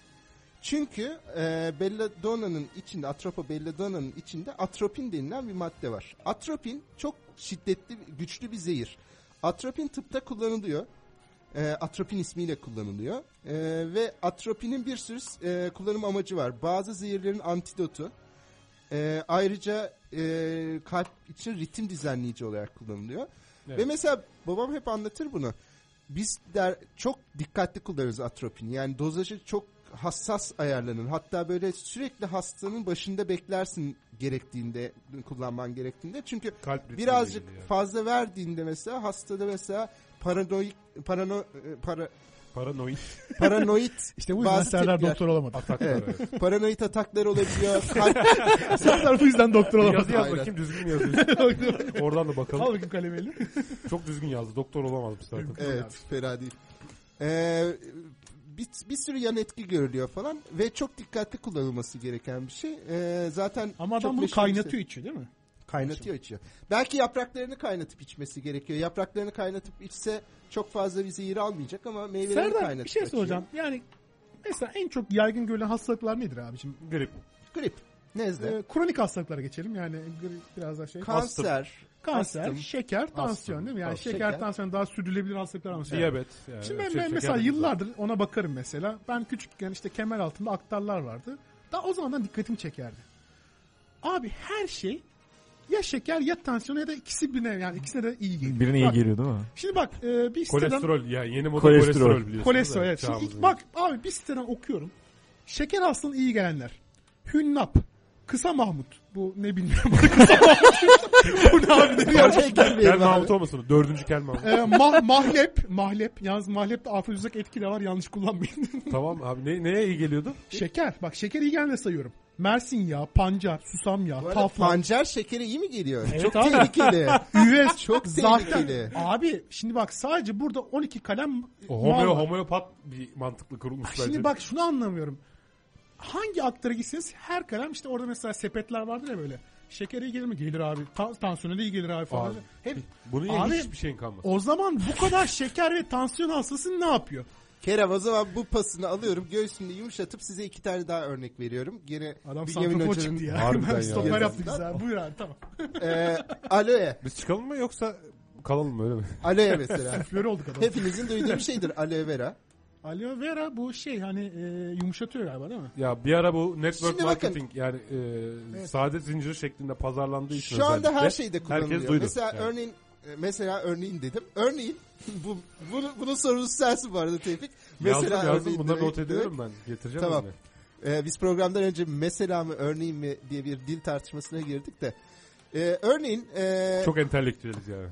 Çünkü e, belladonna'nın içinde, atropa belladonna'nın içinde atropin denilen bir madde var. Atropin çok şiddetli, güçlü bir zehir. Atropin tıpta kullanılıyor. E, atropin ismiyle kullanılıyor. E, ve atropinin bir sürü e, kullanım amacı var. Bazı zehirlerin antidotu. E, ayrıca e, kalp için ritim düzenleyici olarak kullanılıyor. Evet. Ve mesela babam hep anlatır bunu. Biz der çok dikkatli kullanırız atropini. Yani dozajı çok hassas ayarlanır. Hatta böyle sürekli hastanın başında beklersin gerektiğinde, kullanman gerektiğinde. Çünkü Kalp ritmiyle birazcık ilgili yani. fazla verdiğinde mesela hastada mesela paranoid parano para Paranoid paranoid İşte bu yüzden bazı Serdar tepkiler- doktor olamadı. ataklar. Evet. Evet. paranoid ataklar olabiliyor. Kalp Serdar bu yüzden doktor olamadı. Yazı yaz Aynen. bakayım düzgün mü yazıyorsun? Oradan da Al bakalım. bakayım kalemi. Çok düzgün yazdı. Doktor olamazmış zaten. evet, fena değil. Ee, bir, bir sürü yan etki görülüyor falan ve çok dikkatli kullanılması gereken bir şey. Ee, zaten Ama adam çok bunu meşhur bir kaynatıyor şey. içiyor değil mi? Kaynatıyor içiyor. Belki yapraklarını kaynatıp içmesi gerekiyor. Yapraklarını kaynatıp içse çok fazla bir zehir almayacak ama meyvelerini Serdar kaynatıp bir şey içiyor. soracağım. Yani mesela en çok yaygın görülen hastalıklar nedir abicim? Grip. Grip, nezle, Ee, kronik hastalıklara geçelim. Yani grip biraz daha şey. kanser, Kanser, astım. şeker, tansiyon değil mi? Yani Astım, şeker, şeker. tansiyon daha sürdürülebilir hastalıklar ama. Diyabet. Yani Şimdi ben, şey, ben şeker mesela de yıllardır ona bakarım mesela. Ben küçükken işte kemer altında aktarlar vardı. Daha o zamandan dikkatimi çekerdi. Abi her şey ya şeker ya tansiyon ya da ikisi birine yani ikisine de iyi geliyor. Birine iyi Bak, geliyor değil mi? Şimdi bak e, bir siteden Kolesterol ya yeni moda Kolesterol. kolesterol, biliyorsunuz. kolesterol da, evet. Şimdi çağımızın. ilk- bak abi bir siteden okuyorum. Şeker hastalığına iyi gelenler. Hünnap. Kısa Mahmut. Bu ne bilmiyorum. Kısa Mahmut. Bu ne abi? Nereye Ortaya açmış? gelmeyelim Kel abi. Mahmut olmasın? Dördüncü Kel Mahmut. Ee, mah, mahlep. Mahlep. Yalnız mahlepte afrodizyak etki de var. Yanlış kullanmayın. Tamam abi ne, neye iyi geliyordu? Şeker. Bak şeker iyi gelenle sayıyorum. Mersin yağı, pancar, susam Bu yağı, arada taflan. pancar şekeri iyi mi geliyor? Evet Çok abi. tehlikeli. Üves Çok zaten. tehlikeli. Abi şimdi bak sadece burada on iki kalem O mal homeo, var. homeopat bir mantıklı kurulmuş bence. Şimdi bak şunu anlamıyorum. Hangi aktara gitseniz her kalem işte orada mesela sepetler vardır ya böyle. Şeker iyi gelir mi? Gelir abi. Ta- tansiyona da iyi gelir abi falan. Abi, Hep, Bunun Abi- abi, hiçbir şeyin kalmasın. o zaman bu kadar şeker ve tansiyon hastası ne yapıyor? Kerem o zaman bu pasını alıyorum. Göğsünde yumuşatıp size iki tane daha örnek veriyorum. Gene Adam Bünyamin santrafor Hoca'nın çıktı ya. Harbiden ya. Stoper yaptık Yazısından. güzel. Buyur abi tamam. e, aloe. Biz çıkalım mı yoksa kalalım mı öyle mi? Aloe mesela. Flörü olduk adam. Hepinizin duyduğu bir şeydir aloe vera. Aloe vera bu şey hani e, yumuşatıyor galiba değil mi? Ya bir ara bu network Şimdi bakın. marketing yani e, sade zincir şeklinde pazarlandığı için Şu anda özellikle her şeyde kullanılıyor. herkes duydu. Mesela Yani. örneğin e, mesela örneğin dedim. Örneğin bu bunu, bunun sorumlusu sensin bu arada Tevfik. Yazdım Mesela yazdım örneğin bunları demek- not ediyorum ben. Getireceğim Tamam. önüne. Ee, biz programdan önce mesela mı örneğin mi diye bir dil tartışmasına girdik de Ee, örneğin e, Çok entelektüeliz yani.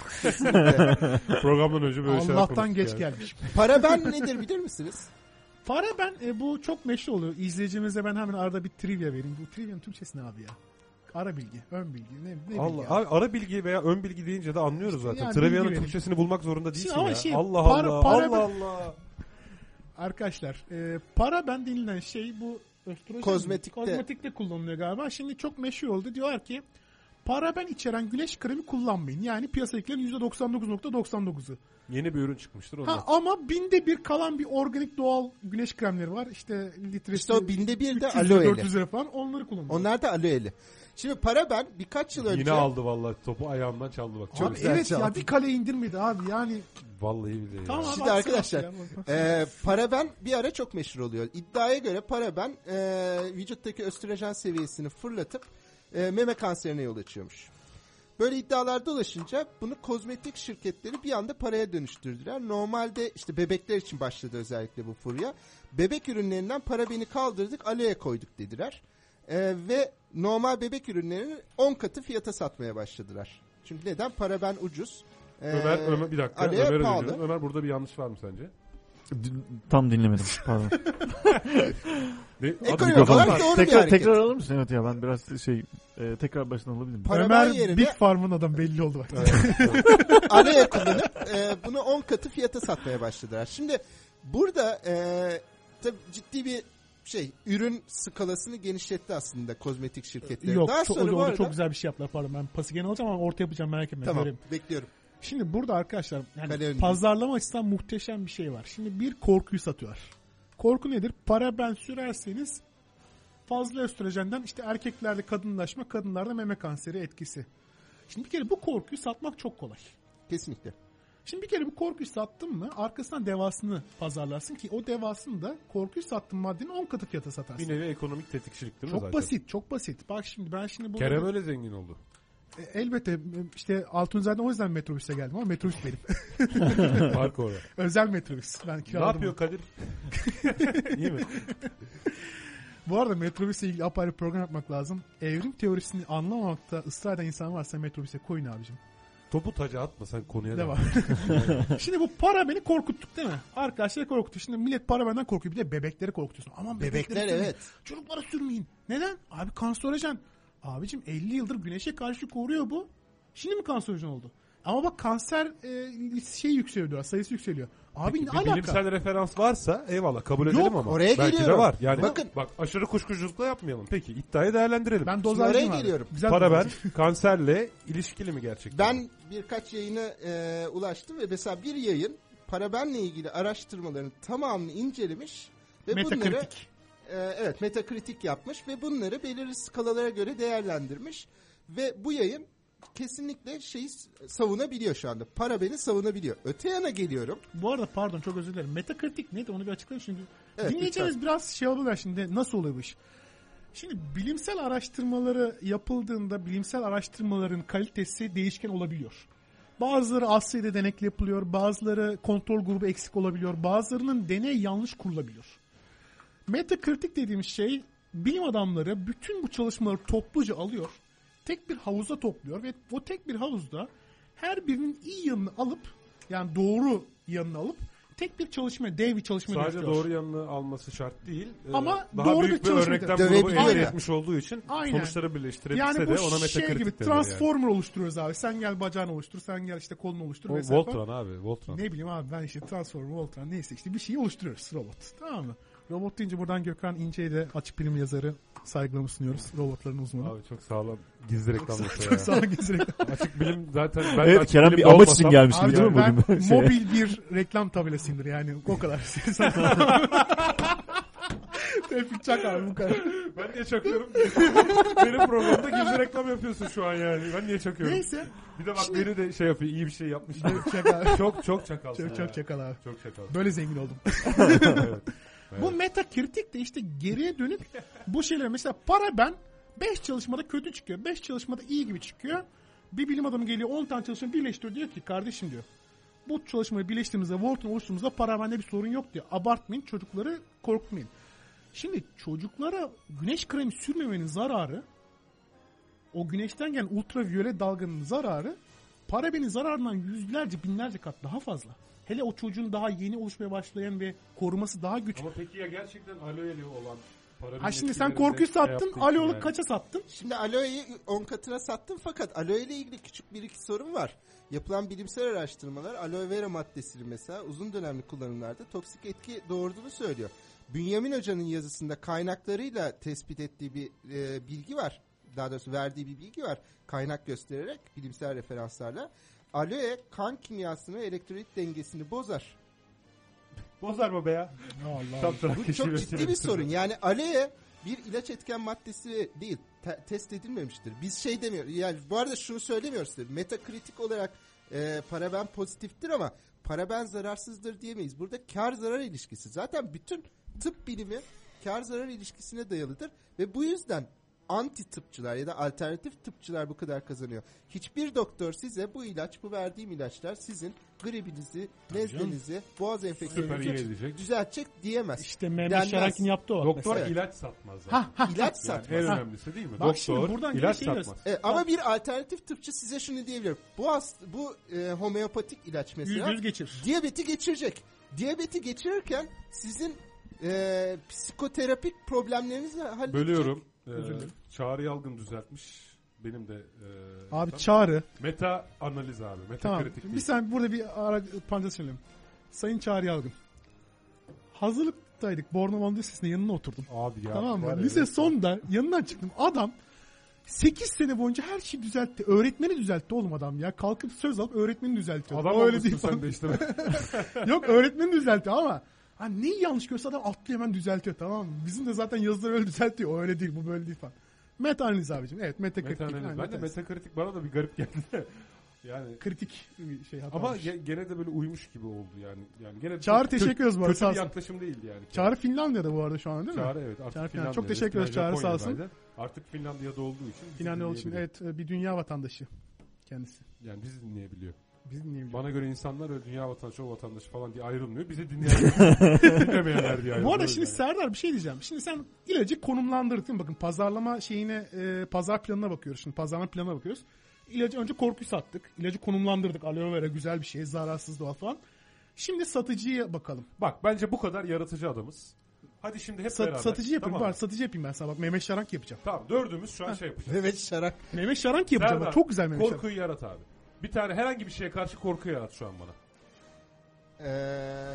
Programdan önce böyle şeyler Allah'tan konuştuk geç yani. gelmiş. paraben nedir bilir misiniz? Paraben e, bu çok meşhur oluyor. İzleyicimize ben hemen arada bir trivia vereyim. Bu trivia'nın Türkçesi ne abi ya? Ara bilgi, ön bilgi, ne, ne bilgi Allah, abi? abi, ara bilgi veya ön bilgi deyince de anlıyoruz İşte zaten. yani Trivia'nın bilgi Türkçesini bulmak zorunda değilsin Şimdi ama ya. şey, Allah para- Allah. para- Allah Allah. Arkadaşlar e, paraben denilen şey bu östrojen Kozmetikte. kozmetikte kullanılıyor galiba. Şimdi çok meşhur oldu. Diyorlar ki paraben içeren güneş kremi kullanmayın. Yani piyasadakilerin yüzde doksan dokuz nokta doksan dokuzu. Yeni bir ürün çıkmıştır ondan. Ha, ama binde bir kalan bir organik doğal güneş kremleri var. İşte litresi İşte o binde bir de üç yüz lira, aloeli. dört yüz lira falan onları kullanıyor. Onlar da aloeli. Şimdi paraben birkaç yıl önce... Yine aldı vallahi topu ayağımdan çaldı bak. Abi güzel evet çaldı. ya bir kale indirmedi abi yani. Vallahi billahi. Tamam ya. abi, Şimdi atsana arkadaşlar ya. e, paraben bir ara çok meşhur oluyor. İddiaya göre paraben e, vücuttaki östrojen seviyesini fırlatıp e, meme kanserine yol açıyormuş. Böyle iddialar dolaşınca bunu kozmetik şirketleri bir anda paraya dönüştürdüler. Normalde işte bebekler için başladı özellikle bu furya. Bebek ürünlerinden parabeni kaldırdık, aloe koyduk dediler. E, ve normal bebek ürünlerini on katı fiyata satmaya başladılar. Çünkü neden? Paraben ucuz. E, Ömer, Ömer bir dakika. aloe Ömer'e pahalı. dönüyorum. Ömer burada bir yanlış var mı sence? D- Tam dinlemedim. Pardon. Ne? Ekonomik Abi, olarak bak, doğru bir tekrar, hareket. tekrar alır mısın? Evet ya ben biraz şey e, tekrar baştan alabilir miyim? Paraben Ömer yerine- Big Farm'ın adam belli oldu bak. Aloe kullanıp e, bunu on katı fiyata satmaya başladılar. Şimdi burada e, tabii ciddi bir şey ürün skalasını genişletti aslında kozmetik şirketleri. Yok Daha çok, sonra bu orada arada, çok güzel bir şey yaptılar pardon ben pası gene alacağım ama orta yapacağım merak etme. tamam göreyim. bekliyorum. Şimdi burada arkadaşlar yani Kale önünde. pazarlama açısından muhteşem bir şey var. Şimdi bir korkuyu satıyorlar. Korku nedir? Paraben sürerseniz fazla östrojenden işte erkeklerde kadınlaşma, kadınlarda meme kanseri etkisi. Şimdi bir kere bu korkuyu satmak çok kolay. Kesinlikle. Şimdi bir kere bu korkuyu sattın mı arkasından devasını pazarlarsın ki o devasını da korkuyu sattığın maddenin on katı fiyata satarsın. Bir nevi ekonomik tetikçilik değil mi Çok zaten? basit, çok basit. Bak şimdi ben şimdi burada... Kerem öyle zengin oldu. E, elbette işte Altunzade'den o yüzden metrobüse geldim ama metrobüs benim. Fark orada. Özel metrobüs. Ben Ne kiraladım. yapıyor Kadir? İyi mi? Bu arada metrobüsle ilgili apayrı bir program yapmak lazım. Evrim teorisini anlamamakta ısrar eden insan varsa metrobüse koyun abicim. Topu taca atma sen konuya Devam. devam. Şimdi bu para beni korkuttuk değil mi? Arkadaşlar korkuttuk. Şimdi millet para benden korkuyor. Bir de bebekleri korkutuyorsun. Aman bebekleri Bebekler sürmeyin. evet. Çocuklara sürmeyin. Neden? Abi kanserojen. Abicim elli yıldır güneşe karşı koruyor bu. Şimdi mi kanserojen oldu? Ama bak kanser e, şey yükseliyor diyor. Sayısı yükseliyor. Abi Peki, ne bir alaka? bilimsel referans varsa eyvallah kabul Yok, edelim ama. oraya belki de geliyorum. var. Yani Bakın. bak aşırı kuşkuculukla yapmayalım. Peki iddiayı değerlendirelim. Ben Şimdi dozajcıyım oraya abi. geliyorum. Güzel Paraben dozaj. kanserle ilişkili mi gerçekten? Ben birkaç yayına e, ulaştım ve mesela bir yayın parabenle ilgili araştırmaların tamamını incelemiş ve bunları Metakritik. e, evet metakritik yapmış ve bunları belirli skalalara göre değerlendirmiş ve bu yayın kesinlikle şeyi savunabiliyor şu anda. Parabeni savunabiliyor. Öte yana geliyorum. Bu arada pardon çok özür dilerim. Metakritik nedir onu bir açıklayın çünkü Evet, dinleyeceğiniz lütfen. biraz şey olurlar şimdi nasıl oluyor bu iş? Şimdi bilimsel araştırmaları yapıldığında bilimsel araştırmaların kalitesi değişken olabiliyor. Bazıları az sayıda denekle yapılıyor, bazıları kontrol grubu eksik olabiliyor, bazılarının deney yanlış kurulabiliyor. Metakritik dediğimiz şey bilim adamları bütün bu çalışmaları topluca alıyor, tek bir havuza topluyor ve o tek bir havuzda her birinin iyi yanını alıp yani doğru yanını alıp tek bir çalışma, dev bir çalışma Sadece dönüştürüyor. doğru yanını alması şart değil. Ee, Ama daha doğru büyük bir bir çalışma örneklem da- grubu Dövebiliyor elde ya. etmiş olduğu için Aynen. sonuçları birleştirebilse Yani de bu ona şey metakritik gibi denir yani. transformer oluşturuyoruz abi. Sen gel bacağını oluştur, sen gel işte kolunu oluştur O vesaire. Voltron abi Voltron. Ne bileyim abi ben işte transformer, Voltron neyse işte bir şeyi oluşturuyoruz robot. Tamam mı? Robot deyince buradan Gökhan İnce'ye de açık bilim yazarı saygılarımı sunuyoruz. Robotların uzmanı. Abi çok sağlam gizli reklam yapıyor Çok ya. sağ olun gezerek. Açık bilim zaten ben de Evet açık Kerem bilimde bir amaç olmasam- için gelmiş gibi Abi değil mi ben bugün? Şey. mobil bir reklam tabelasıyımdır yani o kadar. Tevfik Çak abi bu kadar. Ben niye çakıyorum? Benim programda gizli reklam yapıyorsun şu an yani. Ben niye çakıyorum? Neyse. Bir de bak Şimdi- beni de şey yapıyor. İyi bir şey yapmış. Tevfik Çak abi. çok çok çakal. Çok çok çakal abi. Çok çakal. Böyle zengin oldum. Evet. Bu metakritik de işte geriye dönük bu şeyler mesela para ben beş çalışmada kötü çıkıyor. beş çalışmada iyi gibi çıkıyor. Bir bilim adamı geliyor on tane çalışmayı birleştiriyor diyor ki kardeşim diyor. Bu çalışmayı birleştirdiğimizde Voltron oluşturduğumuzda para bende bir sorun yok diyor. Abartmayın çocukları korkutmayın. Şimdi çocuklara güneş kremi sürmemenin zararı o güneşten gelen ultraviyole dalganın zararı parabenin zararından yüzlerce binlerce kat daha fazla. Hele o çocuğun daha yeni oluşmaya başlayan ve koruması daha güç. Ama peki ya gerçekten aloeli olan parabenin Ha şimdi sen etkilerinde korkuyu şey sattın, yaptığı için aloe'lu yani. kaça sattın? Şimdi aloe'yi on katına sattım fakat aloe ile ilgili küçük bir iki sorun var. Yapılan bilimsel araştırmalar aloe vera maddesinin mesela uzun dönemli kullanımlarda toksik etki doğurduğunu söylüyor. Bünyamin Hoca'nın yazısında kaynaklarıyla tespit ettiği bir e, bilgi var. Daha doğrusu verdiği bir bilgi var. Kaynak göstererek bilimsel referanslarla. Aloe kan kimyasını ve elektrolit dengesini bozar. Bozar mı be ya? Allah Tam Allah. Bu çok ciddi bir sorun. Yani aloe bir ilaç etken maddesi değil. Te- test edilmemiştir. Biz şey demiyoruz. Yani bu arada şunu söylemiyoruz tabii. Metakritik olarak e, paraben pozitiftir ama paraben zararsızdır diyemeyiz. Burada kar zarar ilişkisi. Zaten bütün tıp bilimi kar zarar ilişkisine dayalıdır ve bu yüzden anti tıpçılar ya da alternatif tıpçılar bu kadar kazanıyor. Hiçbir doktor size bu ilaç, bu verdiğim ilaçlar sizin gribinizi, nezlenizi, boğaz enfeksiyonunuzu düzeltecek diyemez. İşte Mehmet Denmez. Şarankin yaptı o. Doktor mesela. ilaç satmaz zaten. Ha, ha, İlaç Yani satmaz. en Ha. önemlisi değil mi? Bak şimdi Doktor buradan ilaç şey satmaz. E, ama bir alternatif tıpçı size şunu diyebilir. Bu hast, bu e, homeopatik ilaç mesela yüz yüz geçir. diyabeti geçirecek. Diyabeti geçirirken sizin e, psikoterapik problemlerinizi halledecek. Bölüyorum. Ee, Özür dilerim. Çağrı Yalgın düzeltmiş. Benim de e, Abi tam- Çağrı. meta analiz abi. Meta Tamam. kritik Bir değil. sen burada bir ara parantez söyleyeyim. Sayın Çağrı Yalgın. Hazırlıktaydık. Bornova Lisesi'nin yanına oturdum. Abi ya. Tamam var mı? ya, Lise evet. sonunda yanından çıktım. Adam sekiz sene boyunca her şeyi düzeltti. Öğretmeni düzeltti oğlum adam ya. Kalkıp söz alıp öğretmeni düzeltiyor. Adam O öyle olmuşsun değil sen falan. de işte. Yok öğretmeni düzeltti ama hani neyi yanlış görse adam atlıyor hemen düzeltiyor, tamam mı? Bizim de zaten yazıları öyle düzeltiyor. O öyle değil, bu böyle değil falan. Meta analiz abicim. Evet, meta kritik. Meta analiz. Ben de meta kritik bana da bir garip geldi. Yani kritik bir şey hata. ama olmuş. ge- gene de böyle uymuş gibi oldu yani. Yani gene Çağrı çok teşekkür kötü- ederiz bu arada, Kötü sağ bir olsun. yaklaşım değildi yani. Çağrı Finlandiya'da bu arada şu an değil mi? Çağrı evet. Artık Çağrı Finlandiya. Çok teşekkür ederiz Eskiden Çağrı, sağ olsun. Japonya'daydı. Artık Finlandiya'da olduğu için. bizi Finlandiya olduğu için dinleyebiliyor. evet, bir dünya vatandaşı kendisi. Yani bizi dinleyebiliyor. Bizi dinleyebiliyor. Bana göre insanlar öyle dünya vatandaşı, o vatandaşı falan diye ayrılmıyor. Bizi dinleyen, dinlemeyenler diye ayrılıyor. Bu arada şimdi yani. Serdar bir şey diyeceğim. Şimdi sen ilacı konumlandırdın. Bakın pazarlama şeyine, e, pazar planına bakıyoruz. Şimdi pazarlama planına bakıyoruz. İlacı önce korkuyu sattık. İlacı konumlandırdık. Aloe vera güzel bir şey, zararsız, doğal falan. Şimdi satıcıya bakalım. Bak bence bu kadar yaratıcı adamız. Hadi şimdi hep Sat, beraber. satıcı yapayım. Tamam. Var, satıcı yapayım ben sana. Bak Mehmet Şarank yapacağım. Tamam dördümüz şu an şey yapacağız. Mehmet Şarak. Mehmet Şarank yapacağım. Serdar, Bak, çok güzel Mehmet Şarank. korkuyu yarat abi. Bir tane herhangi bir şeye karşı korku yarat şu an bana. Ee,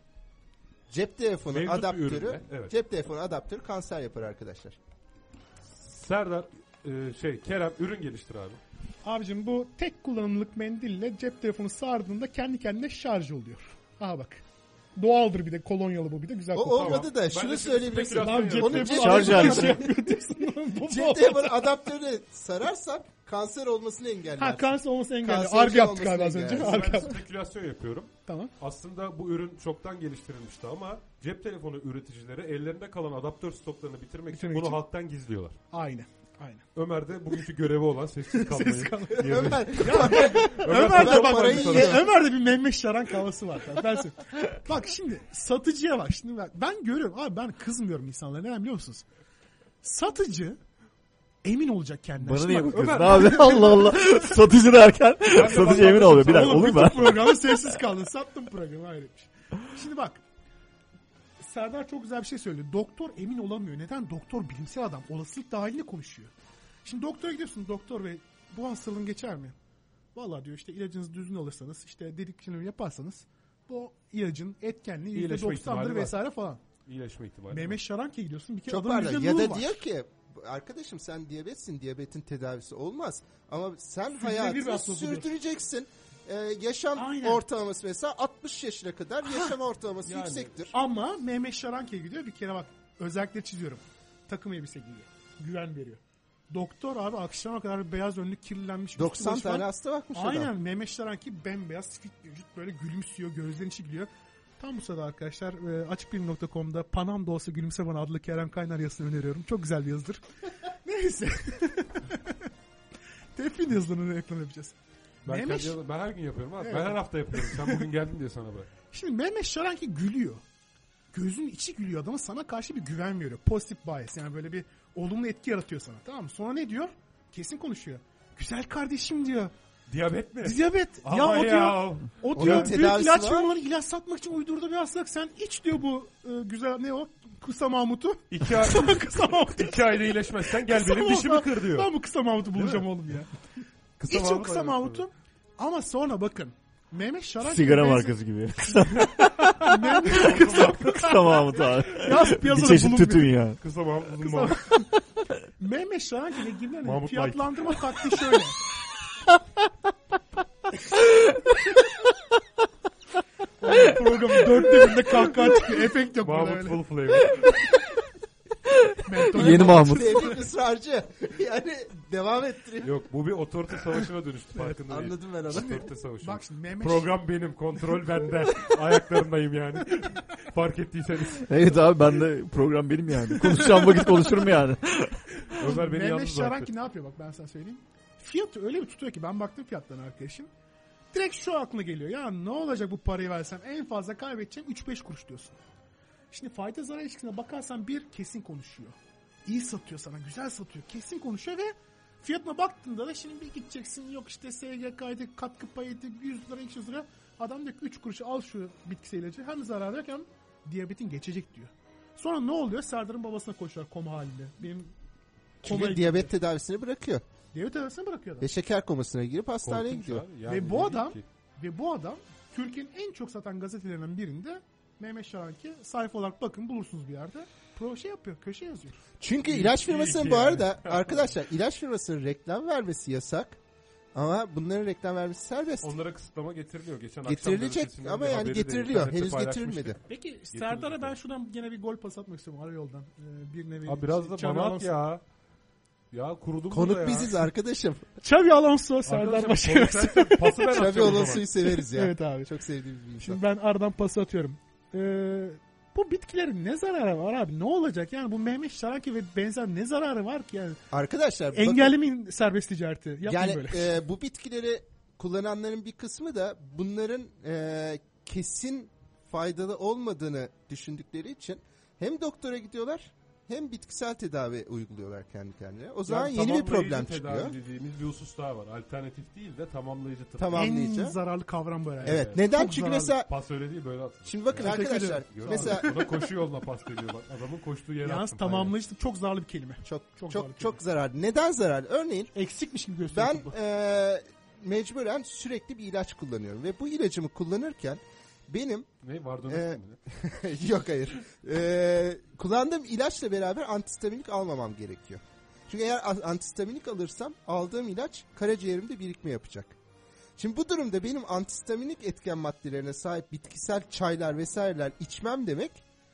cep telefonu Mevcut bir adaptörü, ürünle, evet. cep telefonu adaptörü kanser yapar arkadaşlar. Serdar e, şey Kerem ürün geliştir abi. Abicim bu tek kullanımlık mendille cep telefonu sardığında kendi kendine şarj oluyor. Aha bak. Doğaldır bir de, kolonyalı bu bir de güzel O kokuyor. olmadı da Ben şunu de söyleyebilirsin. spekülasyon Abi cep Onu telefonu cep Şarj telefonu- aleti. Cep telefonu adaptörüne sararsan kanser olmasını engeller. Ha, kanser olması engelli. Kanserojen Arge yaptık olmasını galiba az önce. engeller. Arge Ben yaptık. spekülasyon yapıyorum. Tamam. Aslında bu ürün çoktan geliştirilmişti ama cep telefonu üreticileri ellerinde kalan adaptör stoklarını bitirmek, için Bitirmek bunu için. halktan gizliyorlar. Aynen. Aynen. Ömer de bugünkü görevi olan sessiz kalmayı. Sessiz kalmayı. yerine- Ömer, Ömer de ben bak, parayı bak, ye- Ömer'de bir Mehmet Şarank havası var. Ben söyleyeyim. Bak şimdi satıcıya bak. Şimdi ben, ben görüyorum abi, ben kızmıyorum insanlara. Neden biliyor musunuz? Satıcı emin olacak kendinden. Bana Şimdi niye bak, bakıyorsun Ömer- abi? Allah Allah. Satıcı derken satıcı emin oluyor. Bir dakika Oğlum, olur mu? bütün programı sessiz kaldın. Sattım programı, hayretmiş. Şimdi bak. Serdar çok güzel bir şey söyledi. Doktor emin olamıyor. Neden? Doktor bilimsel adam. Olasılık dahilinde konuşuyor. Şimdi doktora gidiyorsun. Doktor bey, bu hastalığın geçer mi? Vallahi diyor, işte ilacınızı düzgün alırsanız, işte dediklerini yaparsanız bu ilacın etkenliği yüzde İyileşme doksandır ihtimali var. vesaire falan. İyileşme ihtimali. Mehmet Şarank'a gidiyorsun. Bir kere Çok adamın pardon. yüzde Ya nul da var. diyor ki arkadaşım sen diyabetsin. Diyabetin tedavisi olmaz. Ama sen Sürdürülebilir bir hayatını hastalık bu diyorsun. sürdüreceksin. Ee, yaşam Aynen. ortalaması mesela altmış yaşına kadar yaşam ortalaması Yani. yüksektir. Ama Mehmet Şarank'a gidiyor. Bir kere bak, özellikle çiziyorum. Takım elbise giyiyor. Güven veriyor. Doktor abi akşama kadar beyaz önlük, kirlenmiş. üstü doksan başı tane falan. hasta bakmış Aynen adam. Mehmet Şaranki bembeyaz fit vücut, böyle gülümsüyor, gözlerin içi gülüyor. Tam bu sırada arkadaşlar e, açıkbilim nokta com'da Panam da olsa gülümse bana adlı Kerem Kaynar yazısını öneriyorum. Çok güzel bir yazıdır. Neyse. Tevfin yazılarını reklam yapacağız. Ben, Mehmet- kendi- ben her gün yapıyorum abi. Evet. Ben her hafta yapıyorum. Sen bugün geldin diye sana bırak. Şimdi Mehmet Şaranki gülüyor. Gözünün içi gülüyor adamın, sana karşı bir güven veriyor. Pozitif bias, yani böyle bir olumlu etki yaratıyor sana, tamam mı? Sonra ne diyor? Kesin konuşuyor. Güzel kardeşim diyor. Diyabet mi? Diyabet. Ama ya o ya. diyor. O diyor Onun büyük tedavisi ilaç var. firmaları ilaç satmak için uydurdu bir hastalık. Sen iç diyor bu e, güzel ne o? Kısa Mahmut'u. İki ay, Kısa Mahmut'u. iki ayda iyileşmezsen gel benim Kısa dişimi Mahmut. kır diyor. Ben bu Kısa Mahmut'u bulacağım oğlum ya. Kısa İç o Mahmut Kısa var. Mahmut'u. Ama sonra bakın. Mehmet Şaran Sigara benzer- markası gibi. Mehmet Kısa Kısa Mahmut abi. Yaz Bir piyasada çeşit bulunmuyor. tütün ya. Kısa Mahmut, uzun Kısa- Mahmut. Mehmet Şaran gibi gibi Mahmut fiyatlandırma taktiği şöyle. Programın dörtte birinde kahkaha çıkıyor. Efekt yok burada Mahmut öyle. full flavor. Mentol- Yeni Mahmut. Tevfik ısrarcı. Yani devam ettiriyor. Yok bu bir otorite savaşına dönüştü farkında değil. Anladım ben onu. Otorite savaşı. Bak şimdi Mehmet Program benim, kontrol bende. Ayaklarındayım yani. Fark ettiyseniz. Evet abi ben de program benim yani. Konuşacağım vakit konuşurum yani. Ömer beni Mehmet yalnız Şaran bıraktı. ki ne yapıyor bak ben sana söyleyeyim. Fiyatı öyle bir tutuyor ki ben baktım fiyatlarına arkadaşım. Direkt şu aklına geliyor. Ya ne olacak bu parayı versem en fazla kaybedeceğim üç beş kuruş diyorsun. Şimdi fayda zarar ilişkisine bakarsan bir kesin konuşuyor. İyi satıyor sana, güzel satıyor. Kesin konuşuyor ve fiyatına baktığında da şimdi bir gideceksin yok işte S G K'ydı, katkı payıydı, yüz lira, iki yüz lira. Adam diyor ki üç kuruşu al şu bitkisel ilacı. Hem zarar yok hem diyabetin geçecek diyor. Sonra ne oluyor? Serdar'ın babasına koşuyor koma halinde. Benim Çünkü diyabet tedavisini bırakıyor. diyabet tedavisine bırakıyor adam. Ve şeker komasına girip hastaneye Korkunç gidiyor. abi. Yani Ve bu ne adam- diyeyim ki? Ve bu adam Türkiye'nin en çok satan gazetelerinden birinde Mehmet Şaranki sayfa olarak bakın bulursunuz bir yerde. Pro şey yapıyor, köşe yazıyor. Çünkü ilaç firmasının iyi bu yani. arada arkadaşlar ilaç firmasının reklam vermesi yasak. Ama bunların reklam vermesi serbest. Onlara kısıtlama getiriliyor. Geçen Getirilecek akşam ama bir yani haberi de getiriliyor. internette Henüz paylaşmıştık. getirilmedi. Peki Serdar'a ben şuradan gene bir gol pas atmak istiyorum ara yoldan. Ee, bir nevi. Abi biraz da Xavi bana at Alonso. ya. Ya kurudum Konuk burada ya. biziz arkadaşım. Xavi Alonso, Serdar Arkadaşlar, Başar. konuk sensin. Pası ben Xavi atacağım o zaman. Alonso'yu severiz ya. Evet abi. Çok sevdiğimiz bir insan. Şimdi ben aradan pası atıyorum. Ee, bu bitkilerin ne zararı var abi? Ne olacak? Yani bu Mehmet Şaranki ve benzer ne zararı var ki yani? Arkadaşlar bakın, Engellemeyin serbest ticareti. Yapmayın yani böyle. e, bu bitkileri kullananların bir kısmı da bunların e, kesin faydalı olmadığını düşündükleri için hem doktora gidiyorlar hem bitkisel tedavi uyguluyorlar kendi kendine. O zaman Yani yeni bir tamamlayıcı problem tedavi çıkıyor. dediğimiz bir husus daha var. Alternatif değil de tamamlayıcı tıp. Tamam. tamamlayıcı. En zararlı kavram böyle. Evet. Evet. Neden? Çok Çünkü zararlı. mesela Pas öyle değil böyle atılır. şimdi bakın Teşekkür arkadaşlar ederim. Gördün mesela mü? Buna koşu yoluna pas veriyor bak. Adamın koştuğu yere Yalnız attım. tamamlayıcı tıp çok zararlı bir kelime. çok Çok çok zararlı çok, zararlı. Neden zararlı? Örneğin Eksikmiş gibi gösteriyor. ben tıbbı. e, mecburen sürekli bir ilaç kullanıyorum ve bu ilacımı kullanırken benim Ne var Ee, dönüştü mü? yok hayır. Ee, kullandığım ilaçla beraber antihistaminik almamam gerekiyor. Çünkü eğer a- antihistaminik alırsam aldığım ilaç karaciğerimde birikme yapacak. Şimdi bu durumda benim antihistaminik etken maddelerine sahip bitkisel çaylar vesaireler içmem demek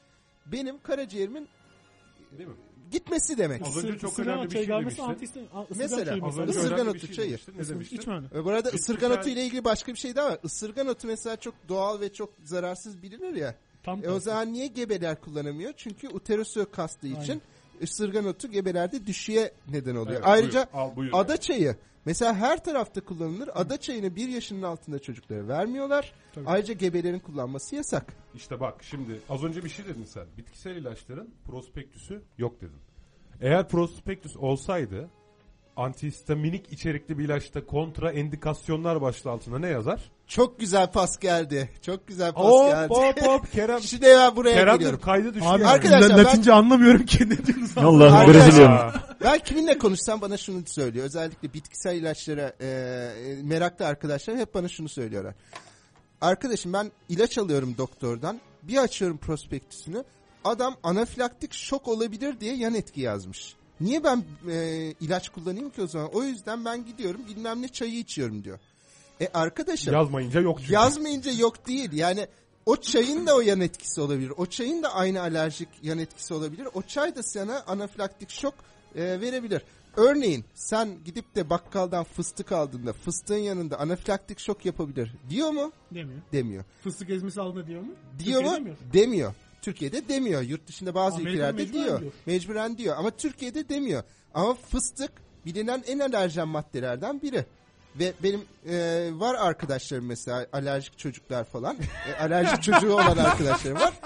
benim karaciğerimin Değil mi? gitmesi demek. Az önce çok Isırgan önemli bir çayı şey gelmesi demiştin. antihistamik- a- ısırgan Mesela, çayı Az mesela. önce Isırgan önemli otu bir şey çayı. demiştin. Ne Isır- demiştin? İçme onu. Ve bu arada Bitkisel- ısırgan otu ile ilgili başka bir şey daha var. Isırgan otu mesela çok doğal ve çok zararsız bilinir ya. Tam E o zaman niye gebeler kullanamıyor? Çünkü uterusu yok kastığı için ısırgan otu gebelerde düşüye neden oluyor. Evet, Ayrıca buyur. Al, buyur. ada çayı mesela her tarafta kullanılır. Ada çayını bir yaşının altında çocuklara vermiyorlar. Tabii. Ayrıca gebelerin kullanması yasak. İşte bak şimdi az önce bir şey dedin sen. Bitkisel ilaçların prospektüsü yok dedin. Eğer prospektüs olsaydı antihistaminik içerikli bir ilaçta kontra endikasyonlar başlığı altında ne yazar? Çok güzel pas geldi. Çok güzel pas Hop geldi. hop hop Kerem. Şimdi hemen buraya Kerem geliyorum. kaydı düştü. Abi yani. Arkadaşlar, Arkadaşlar, ben- Latince anlamıyorum ki ne diyorsunuz. Allah'ım Arkadaşlar- Brezilya mı? Aa, Ben kiminle konuşsam bana şunu söylüyor. Özellikle bitkisel ilaçlara e, meraklı arkadaşlar hep bana şunu söylüyorlar. Arkadaşım ben ilaç alıyorum doktordan. Bir açıyorum prospektüsünü. Adam anafilaktik şok olabilir diye yan etki yazmış. Niye ben e, ilaç kullanayım ki o zaman? O yüzden ben gidiyorum bilmem ne çayı içiyorum diyor. E arkadaşım yazmayınca yok çünkü. yazmayınca yok değil. Yani o çayın da o yan etkisi olabilir. O çayın da aynı alerjik yan etkisi olabilir. O çay da sana anafilaktik şok e, verebilir. Örneğin sen gidip de bakkaldan fıstık aldığında fıstığın yanında anafilaktik şok yapabilir. Diyor mu? Demiyor. Demiyor. Fıstık ezmesi aldığında diyor mu? Diyor mu? Türkiye'de demiyor. Demiyor. Türkiye'de demiyor. Yurt dışında bazı Amerika ülkelerde mecburen diyor. diyor. Mecburen diyor. Ama Türkiye'de demiyor. Ama fıstık bilinen en alerjen maddelerden biri. Ve benim e, var arkadaşlarım mesela alerjik çocuklar falan. E, alerjik çocuğu olan arkadaşlarım var.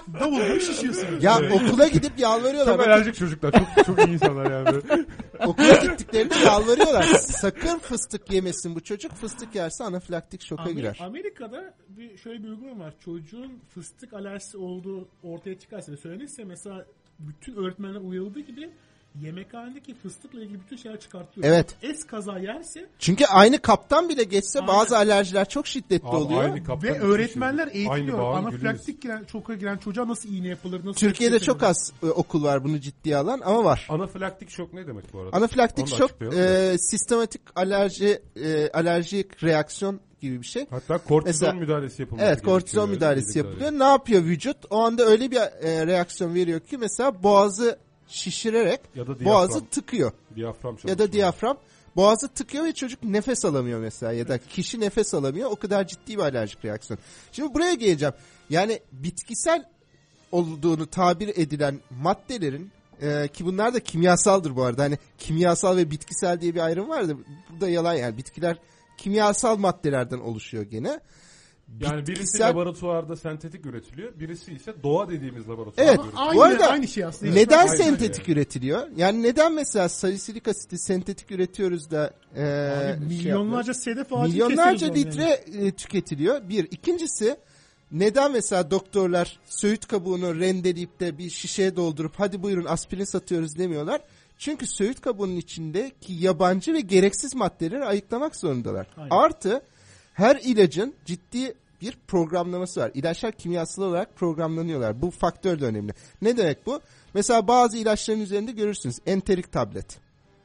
Davul gibi şişiyorsun. Ya okula gidip yalvarıyorlar. Çok alerjik çocuklar. Çok çok iyi insanlar yani. Okula gittiklerinde yalvarıyorlar. Sakın fıstık yemesin bu çocuk. Fıstık yerse anafilaktik şoka Amer- girer. Amerika'da bir şöyle bir uygulama var. Çocuğun fıstık alerjisi olduğu ortaya çıkarsa ve söylenirse mesela bütün öğretmenler uyarıldığı gibi yemekhanedeki fıstıkla ilgili bütün şeyler çıkartılıyor. Evet. Es kaza yerse Çünkü aynı kaptan bile geçse Aynen. bazı alerjiler çok şiddetli Abi oluyor. aynı kaptan ve iki öğretmenler kişi. Aynı eğitiliyor. bağın Anafilaktik giren, çoka giren çocuğa nasıl iğne yapılır, nasıl... Türkiye'de tespit çok edilir? az e, okul var bunu ciddiye alan ama var. Anafilaktik şok ne demek bu arada? Anafilaktik Onu da şok açıklayalım da. e, sistematik alerji e, alerjik reaksiyon gibi bir şey. Hatta kortizon Mesela- müdahalesi yapılması Evet, kortizon gerekiyor. müdahalesi Öyle yapılıyor. Ne yapıyor vücut? O anda öyle bir e, reaksiyon veriyor ki mesela boğazı şişirerek Ya da diyafram. boğazı tıkıyor. Diyafram Ya çalışıyor. da diyafram boğazı tıkıyor ve çocuk nefes alamıyor mesela ya da kişi nefes alamıyor. O kadar ciddi bir alerjik reaksiyon. Şimdi buraya geleceğim. Yani bitkisel olduğunu tabir edilen maddelerin e, ki bunlar da kimyasaldır bu arada. Hani kimyasal ve bitkisel diye bir ayrım var da bu da yalan yani. Bitkiler kimyasal maddelerden oluşuyor gene. Yani birisi Bitkisel- laboratuvarda sentetik üretiliyor. Birisi ise doğa dediğimiz laboratuvarda Evet. üretiliyor. Aynı, Bu arada aynı şey aslında. Neden Aynen sentetik öyle. üretiliyor? Yani neden mesela salisilik asiti sentetik üretiyoruz da e, Abi şey yapmıyoruz? milyonlarca sedef ağacı Milyonlarca kesiyoruz yani. litre e, tüketiliyor. Bir. İkincisi neden mesela doktorlar söğüt kabuğunu rendeleyip de bir şişeye doldurup hadi buyurun aspirin satıyoruz demiyorlar? Çünkü söğüt kabuğunun içindeki yabancı ve gereksiz maddeleri ayıklamak zorundalar. Aynen. Artı her ilacın ciddi bir programlaması var. İlaçlar kimyasal olarak programlanıyorlar. Bu faktör de önemli. Ne demek bu? Mesela bazı ilaçların üzerinde görürsünüz enterik tablet.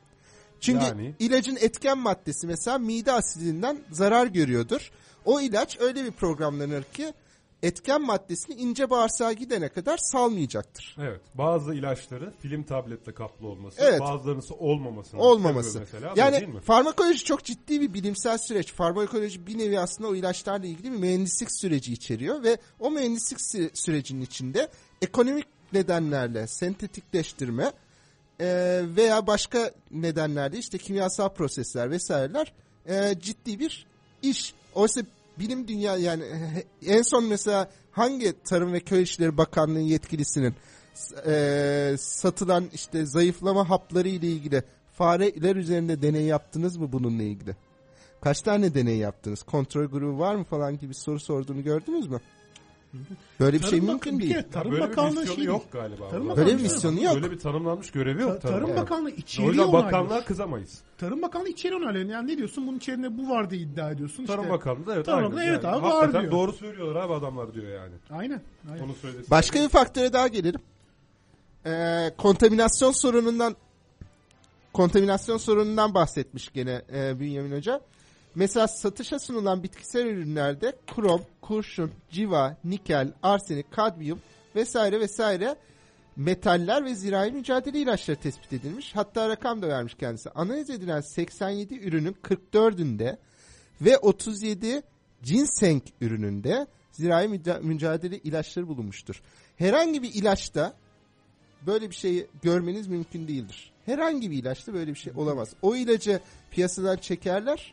Çünkü Yani? ilacın etken maddesi mesela mide asidinden zarar görüyordur. O ilaç öyle bir programlanır ki etken maddesini ince bağırsağa gidene kadar salmayacaktır. Evet. Bazı ilaçları film tabletle kaplı olması, Evet. bazılarının olmamasının Olmaması. sebebi mesela. Yani değil mi? farmakoloji çok ciddi bir bilimsel süreç. Farmakoloji bir nevi aslında o ilaçlarla ilgili bir mühendislik süreci içeriyor ve o mühendislik sü- sürecinin içinde ekonomik nedenlerle sentetikleştirme e, veya başka nedenlerle işte kimyasal prosesler vesaireler e, ciddi bir iş. Oysa bilim dünya yani en son mesela hangi Tarım ve Köy İşleri Bakanlığı yetkilisinin e, satılan işte zayıflama hapları ile ilgili fareler üzerinde deney yaptınız mı bununla ilgili? Kaç tane deney yaptınız? Kontrol grubu var mı falan gibi soru sorduğunu gördünüz mü? Böyle bir Tarım şey Bak- mümkün bir değil. kere Tarım Böyle bir Bakanlığı misyonu şey yok galiba. Tarım Vallahi. Böyle bir Bakanlığı- misyonu yok. Böyle bir tanımlanmış görevi yok. Ta- Tarım Bakanlığı. Bakanlığı O içeriği yüzden onaylıyor. bakanlığa kızamayız. Tarım Bakanlığı içeriği onaylıyor. Yani ne diyorsun? Bunun içerisinde bu var diye iddia ediyorsun. Tarım işte. Bakanlığı da evet. Tarım aynen. Bakanlığı evet Yani abi var hakikaten diyor. doğru söylüyorlar abi adamlar diyor yani. Aynen. aynen. Onu söylesin. Başka bir faktöre daha gelelim. Ee, kontaminasyon sorunundan kontaminasyon sorunundan bahsetmiş gene e, Bünyamin Hoca. Mesela satışa sunulan bitkisel ürünlerde krom, kurşun, civa, nikel, arsenik, kadmiyum vesaire vesaire metaller ve zirai mücadele ilaçları tespit edilmiş. Hatta rakam da vermiş kendisi. Analiz edilen seksen yedi ürünün kırk dördünde ve otuz yedi ginseng ürününde zirai müca- mücadele ilaçları bulunmuştur. Herhangi bir ilaçta böyle bir şeyi görmeniz mümkün değildir. Herhangi bir ilaçta böyle bir şey olamaz. O ilacı piyasadan çekerler.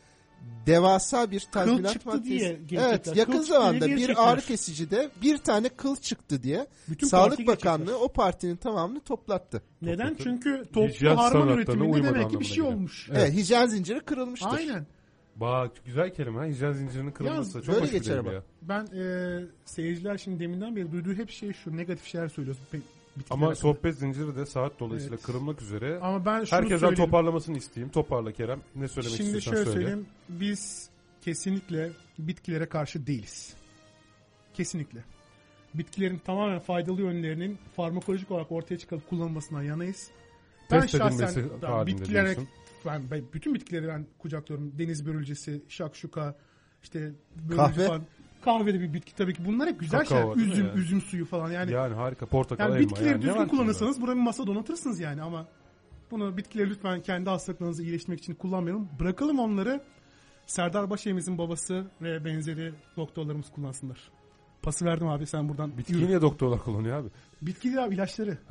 Devasa bir tazminat çıktı maddesi. diye gelecekler. Evet, Kıl yakın çıktı zamanda diye bir gelecekler. ağrı kesicide bir tane kıl çıktı diye Bütün Sağlık parti Bakanlığı geçecekler. o partinin tamamını toplattı. Neden? Topladı. Çünkü toplu Hijyen harman standartlarına üretiminde uymadığı demek ki bir şey anlamına olmuş. Evet, hijyen zinciri kırılmıştır. Aynen. Bak güzel kelime ha. Hijyen zincirinin kırılması. Ya, Çok böyle hoş bir geçer deyim ama. ya. Ben e, seyirciler şimdi deminden beri duyduğu hep şey şu negatif şeyler söylüyoruz. Pe- bitkiler Ama hakkında. sohbet zinciri de saat dolayısıyla Evet. kırılmak üzere. Ama ben şunu Herkesten söyleyeyim. toparlamasını isteyeyim. Toparla Kerem. Ne söylemek Şimdi istiyorsan şöyle söyle. söyleyeyim. Biz kesinlikle bitkilere karşı değiliz. Kesinlikle. Bitkilerin tamamen faydalı yönlerinin farmakolojik olarak ortaya çıkarıp kullanılmasından yanayız. Ben Test şahsen edilmesi da halinde bitkilere diyorsun. ben, ben bütün bitkileri ben kucaklıyorum. Deniz börülcesi, şakşuka, işte börülce Kahve. falan. Kahve de bir bitki tabii ki. Bunlar hep güzel Kakao şeyler. var değil mi Üzüm, yani? üzüm suyu falan. Yani, Yani harika. Portakal, yani elma. bitkileri yani. Ne düzgün var ki kullanırsanız buraya bir masa donatırsınız yani ama bunu bitkileri lütfen kendi hastalıklarınızı iyileştirmek için kullanmayalım. Bırakalım onları Serdar Başevimizin babası ve benzeri doktorlarımız kullansınlar. Pası verdim abi sen buradan. bunda? Bitki niye doktorlar kullanıyor abi? Bitki değil abi ilaçları. Ha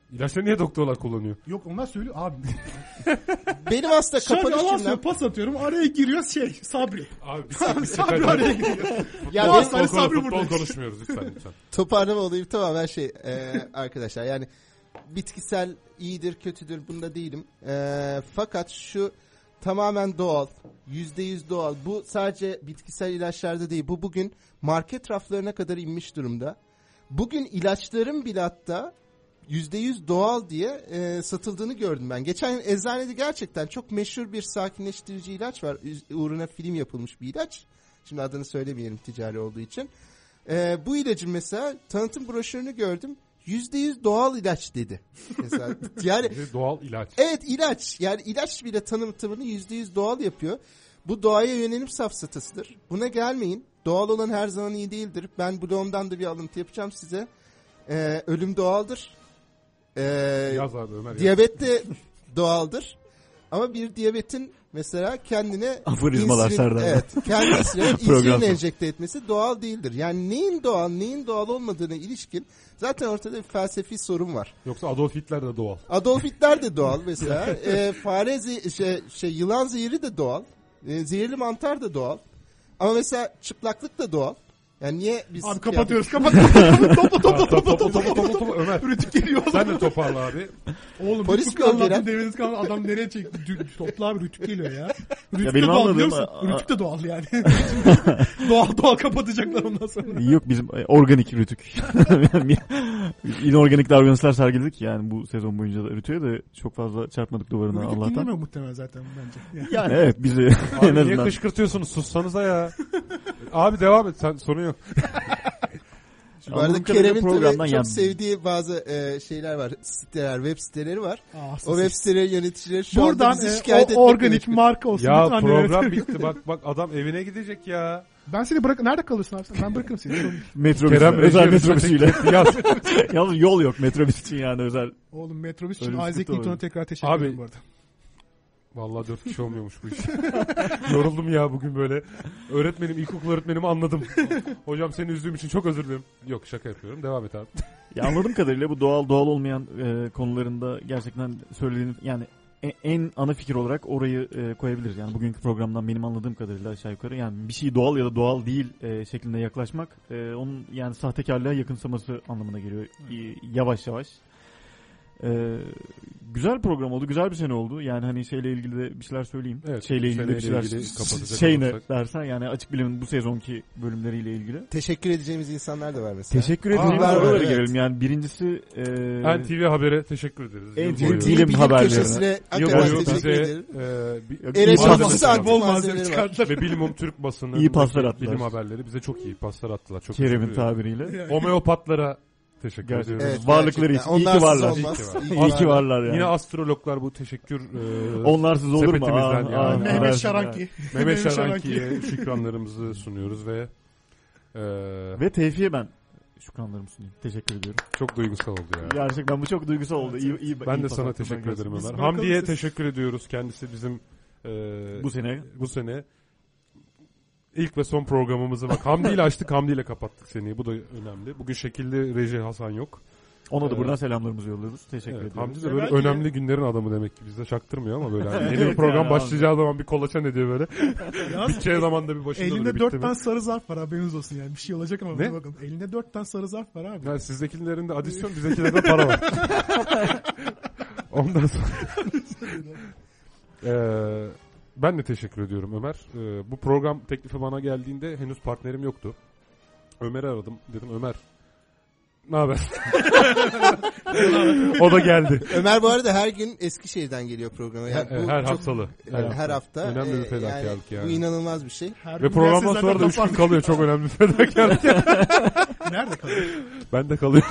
İlaçları niye doktorlar kullanıyor? Yok onlar söylüyor abi. Benim aslında Şu an kapanış yalan cümlem. söylüyor, pas atıyorum araya giriyor şey Sabri. Abi bir şey, bir şey Sabri araya giriyor. Ya Bu benim hastane futbol, Sabri futbol burada. konuşmuyoruz lütfen lütfen. toparlama olayım tamamen şey e, arkadaşlar yani bitkisel iyidir kötüdür bunda değilim. E, fakat şu tamamen doğal, yüzde yüz doğal. Bu sadece bitkisel ilaçlarda değil. Bu bugün market raflarına kadar inmiş durumda. Bugün ilaçların bile hatta yüzde yüz doğal diye e, satıldığını gördüm ben. Geçen yıl eczanede gerçekten çok meşhur bir sakinleştirici ilaç var. Uğruna film yapılmış bir ilaç. Şimdi adını söylemeyelim ticari olduğu için. E, bu ilacın mesela tanıtım broşürünü gördüm. yüzde yüz doğal ilaç dedi. Mesela yani Doğal ilaç. evet ilaç. Yani ilaç bile tanıtımını yüzde yüz doğal yapıyor. Bu doğaya yönelim safsatasıdır. Buna gelmeyin. Doğal olan her zaman iyi değildir. Ben blogumdan da bir alıntı yapacağım size. Ee, ölüm doğaldır. Ee, Yaz abi Ömer. Yaz. diyabet de doğaldır. Ama bir diyabetin mesela kendine Aforizmalar insülin- Serdar. Evet, kendisine Program insülin sonu. enjekte etmesi doğal değildir. Yani neyin doğal, neyin doğal olmadığına ilişkin zaten ortada bir felsefi sorun var. Yoksa Adolf Hitler de doğal. Adolf Hitler de doğal mesela. e, fare zi- şey, şey yılan zehri de doğal. E, zehirli mantar da doğal. Ama mesela çıplaklık da doğal. Yani niye biz Abi kapatıyoruz kapatıyoruz. Topla topla Topa topla topa topa topa Ömer. Rütük geliyor. Sen de toparla abi. Oğlum Polis Rütük mi anlattı gelen? devreniz kaldı. Adam nereye çekti? Dü- Topla abi Rütük geliyor ya. Rütük benim de doğal anladığım- biliyor musun? a- Rütük de doğal yani. doğal doğal kapatacaklar ondan sonra. Yok bizim e, organik rütük. Yani İnorganik davranışlar sergiledik yani bu sezon boyunca da rütüye de çok fazla çarpmadık duvarına Rütük Allah'tan. dinlemiyor muhtemelen zaten bence. Yani. Yani evet bizi en Abi niye azından. kışkırtıyorsunuz? Sussanıza ya. Abi devam et. Sen sorun yok. Bu arada Anladığım kadarıyla Kerem'in tabii programdan çok yani- sevdiği bazı e, şeyler var. Siteler, web siteleri var. Aa, O web siteleri yöneticileri şu Buradan anda bizi e, şikayet o, etmekle organik meşgul. marka olsun. Ya lütfen program yönetim. bitti. Bak bak adam evine gidecek ya. Ben seni bırak. Nerede kalıyorsun abi sen? Ben bırakırım seni. Sorun değil. Metrobüs, Kerem özel Reji metrobüsüyle. Yaz. Yalnız yol yok metrobüs için yani özel. Oğlum metrobüs için Öyle bir Isaac sıkıntı var. Newton'a tekrar teşekkür Abi- ederim bu arada. Vallahi dört kişi olmuyormuş bu iş. Yoruldum ya bugün böyle. Öğretmenim, ilkokul öğretmenimi anladım. Hocam seni üzdüğüm için çok özür dilerim. Yok şaka yapıyorum. Devam et abi. Ya anladığım kadarıyla bu doğal doğal olmayan e, konularında gerçekten söylediğiniz yani e- en ana fikir olarak orayı e, koyabiliriz. Yani bugünkü programdan benim anladığım kadarıyla aşağı yukarı yani bir şey doğal ya da doğal değil e, şeklinde yaklaşmak e, onun yani sahtekarlığa yakınsaması anlamına geliyor. E, yavaş yavaş. E, güzel program oldu. Güzel bir sene oldu. Yani hani şeyle ilgili de bir şeyler söyleyeyim. Evet, şeyle ilgili de bir seneyle şeyler ilgili kapatacak şey ne olursak. dersen yani Açık Bilim'in bu sezonki bölümleriyle ilgili. Teşekkür edeceğimiz insanlar da var mesela. Teşekkür Aa, ederim. var, Oralara evet. gelelim. Yani birincisi e, N T V Haber'e teşekkür ederiz. N Yıl T V boyu- bilim Bilim haberlerine. köşesine Yıl hakikaten boyu teşekkür bize ederim. e, bir- Evet, Enes malzeme Altıs'ı çıkardı. anti Bol malzeme malzemeleri var. çıkardılar. ve Bilimum Türk basını İyi paslar attılar. bilim haberleri bize çok iyi paslar attılar. Çok Kerem'in teşekkür ederim. tabiriyle. Homeopatlara teşekkür Gerçekten. ediyoruz. Evet, Varlıkları gerçekten. için iyi ki Onlarsız varlar. olmaz. İyi ki var. İyi ki İyi ki varlar. varlar yani. Yine astrologlar bu teşekkür e, Onlarsız olur mu? sepetimizden Aa, yani. aa, Mehmet dersin Şaranki. yani. Mehmet Şaranki'ye şükranlarımızı sunuyoruz ve e, Ve Tevfik'e ben şükranlarımı sunayım. Teşekkür ediyorum. çok duygusal oldu ya. Gerçekten bu çok duygusal oldu. İyi, iyi, Ben iyi de pas sana attın. teşekkür Ben ederim gerçekten- Ömer. bırakalım Hamdi'ye siz. teşekkür ediyoruz. Kendisi bizim e, Bu sene bu sene ilk ve son programımızı bak Hamdi ile açtık, Hamdi ile kapattık seneyi. Bu da önemli. Bugün şekilde Reji Hasan yok. ona da Ee, buradan selamlarımızı yolluyoruz. Teşekkür Evet, ediyoruz. Hamdi de Ya böyle belki önemli günlerin adamı demek ki bizde çaktırmıyor ama böyle hani yeni Evet bir program yani başlayacağı zaman bir kolaçan ediyor böyle. Yalnız Biteceği zaman da bir başında duruyor. elinde bitti dört mi? tane sarı zarf var haberiniz olsun yani. Bir şey olacak ama Ne? bir bakın. Elinde dört tane sarı zarf var abi. Yani sizdekilerinde adisyon, bizdekilerde para var. Ondan sonra Ee, ben de teşekkür ediyorum Ömer. Ee, bu program teklifi bana geldiğinde henüz partnerim yoktu. Ömer'i aradım. Dedim Ömer ne haber? O da geldi. Ömer bu arada her gün Eskişehir'den geliyor programa. Yani Her, bu her çok- haftalı. yani her hafta. Önemli bir e, fedakarlık yani. Bu inanılmaz bir şey. Her Ve gün programdan gelse sonra da zaten üç gün kapanır. kalıyor. Çok önemli bir fedakarlık. Nerede kalıyor? Ben de kalıyorum.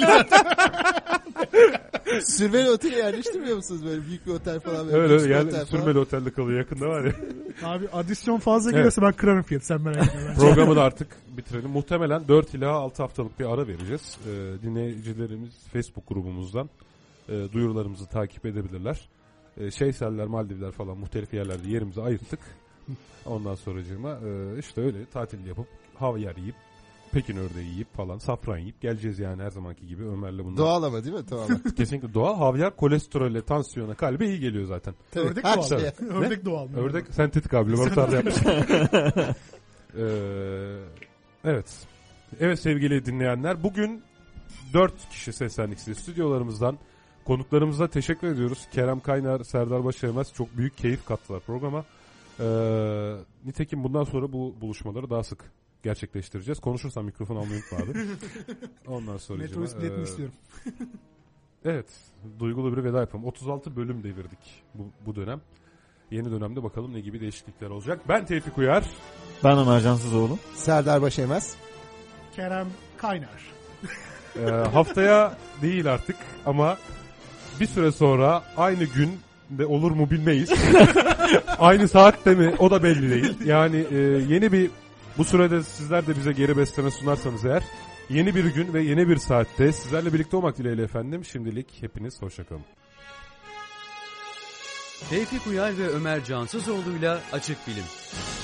Sürmeli otele yerleştirmiyor musunuz böyle büyük bir otel falan? Böyle Öyle lüks bir öyle otel yani falan? sürmeli otelde kalıyor. Yakında var ya. Abi adisyon fazla Evet. geliyorsa ben kırarım fiyatı sen merak etme. Programı da artık bitirelim. Muhtemelen dört ila altı haftalık bir ara vereceğiz. Ee, dinleyicilerimiz Facebook grubumuzdan e, duyurularımızı takip edebilirler. E, Şeyseller, Maldivler falan muhtelif yerlerde yerimizi ayırttık. Ondan sonracığıma e, işte öyle tatil yapıp hava yer yiyip Pekin ördeği yiyip falan safran yiyip geleceğiz yani her zamanki gibi Ömer'le bunlar. Doğal ama değil mi? Doğal. Kesinlikle doğal. Havyar kolesterole, tansiyona, kalbe iyi geliyor zaten. Ördek Ha, doğal. işte. Ördek doğal. mı? Ördek sentetik abi laboratuvarda yapmış. ee, evet. Evet sevgili dinleyenler, bugün dört kişi seslendik size stüdyolarımızdan. Konuklarımıza teşekkür ediyoruz. Kerem Kaynar, Serdar Başaramaz çok büyük keyif kattılar programa. Ee, nitekim bundan sonra bu buluşmaları daha sık gerçekleştireceğiz. Konuşursam mikrofon almayı unutma abi. Ondan sonra Metrobüs biletini istiyorum. Evet. Duygulu bir veda yapalım. otuz altı bölüm devirdik bu, bu dönem. Yeni dönemde bakalım ne gibi değişiklikler olacak. Ben Tevfik Uyar. Ben Ömer Cansızoğlu. Serdar Başaymaz. Kerem Kaynar. Ee, haftaya değil artık ama bir süre sonra aynı gün de olur mu bilmeyiz. Aynı saatte mi o da belli değil. Yani e, yeni bir bu sürede sizler de bize geri besleme sunarsanız eğer yeni bir gün ve yeni bir saatte sizlerle birlikte olmak dileğiyle efendim. Şimdilik hepiniz hoşçakalın. Tevfik Uyar ve Ömer Cansızoğlu'yla Açık Bilim.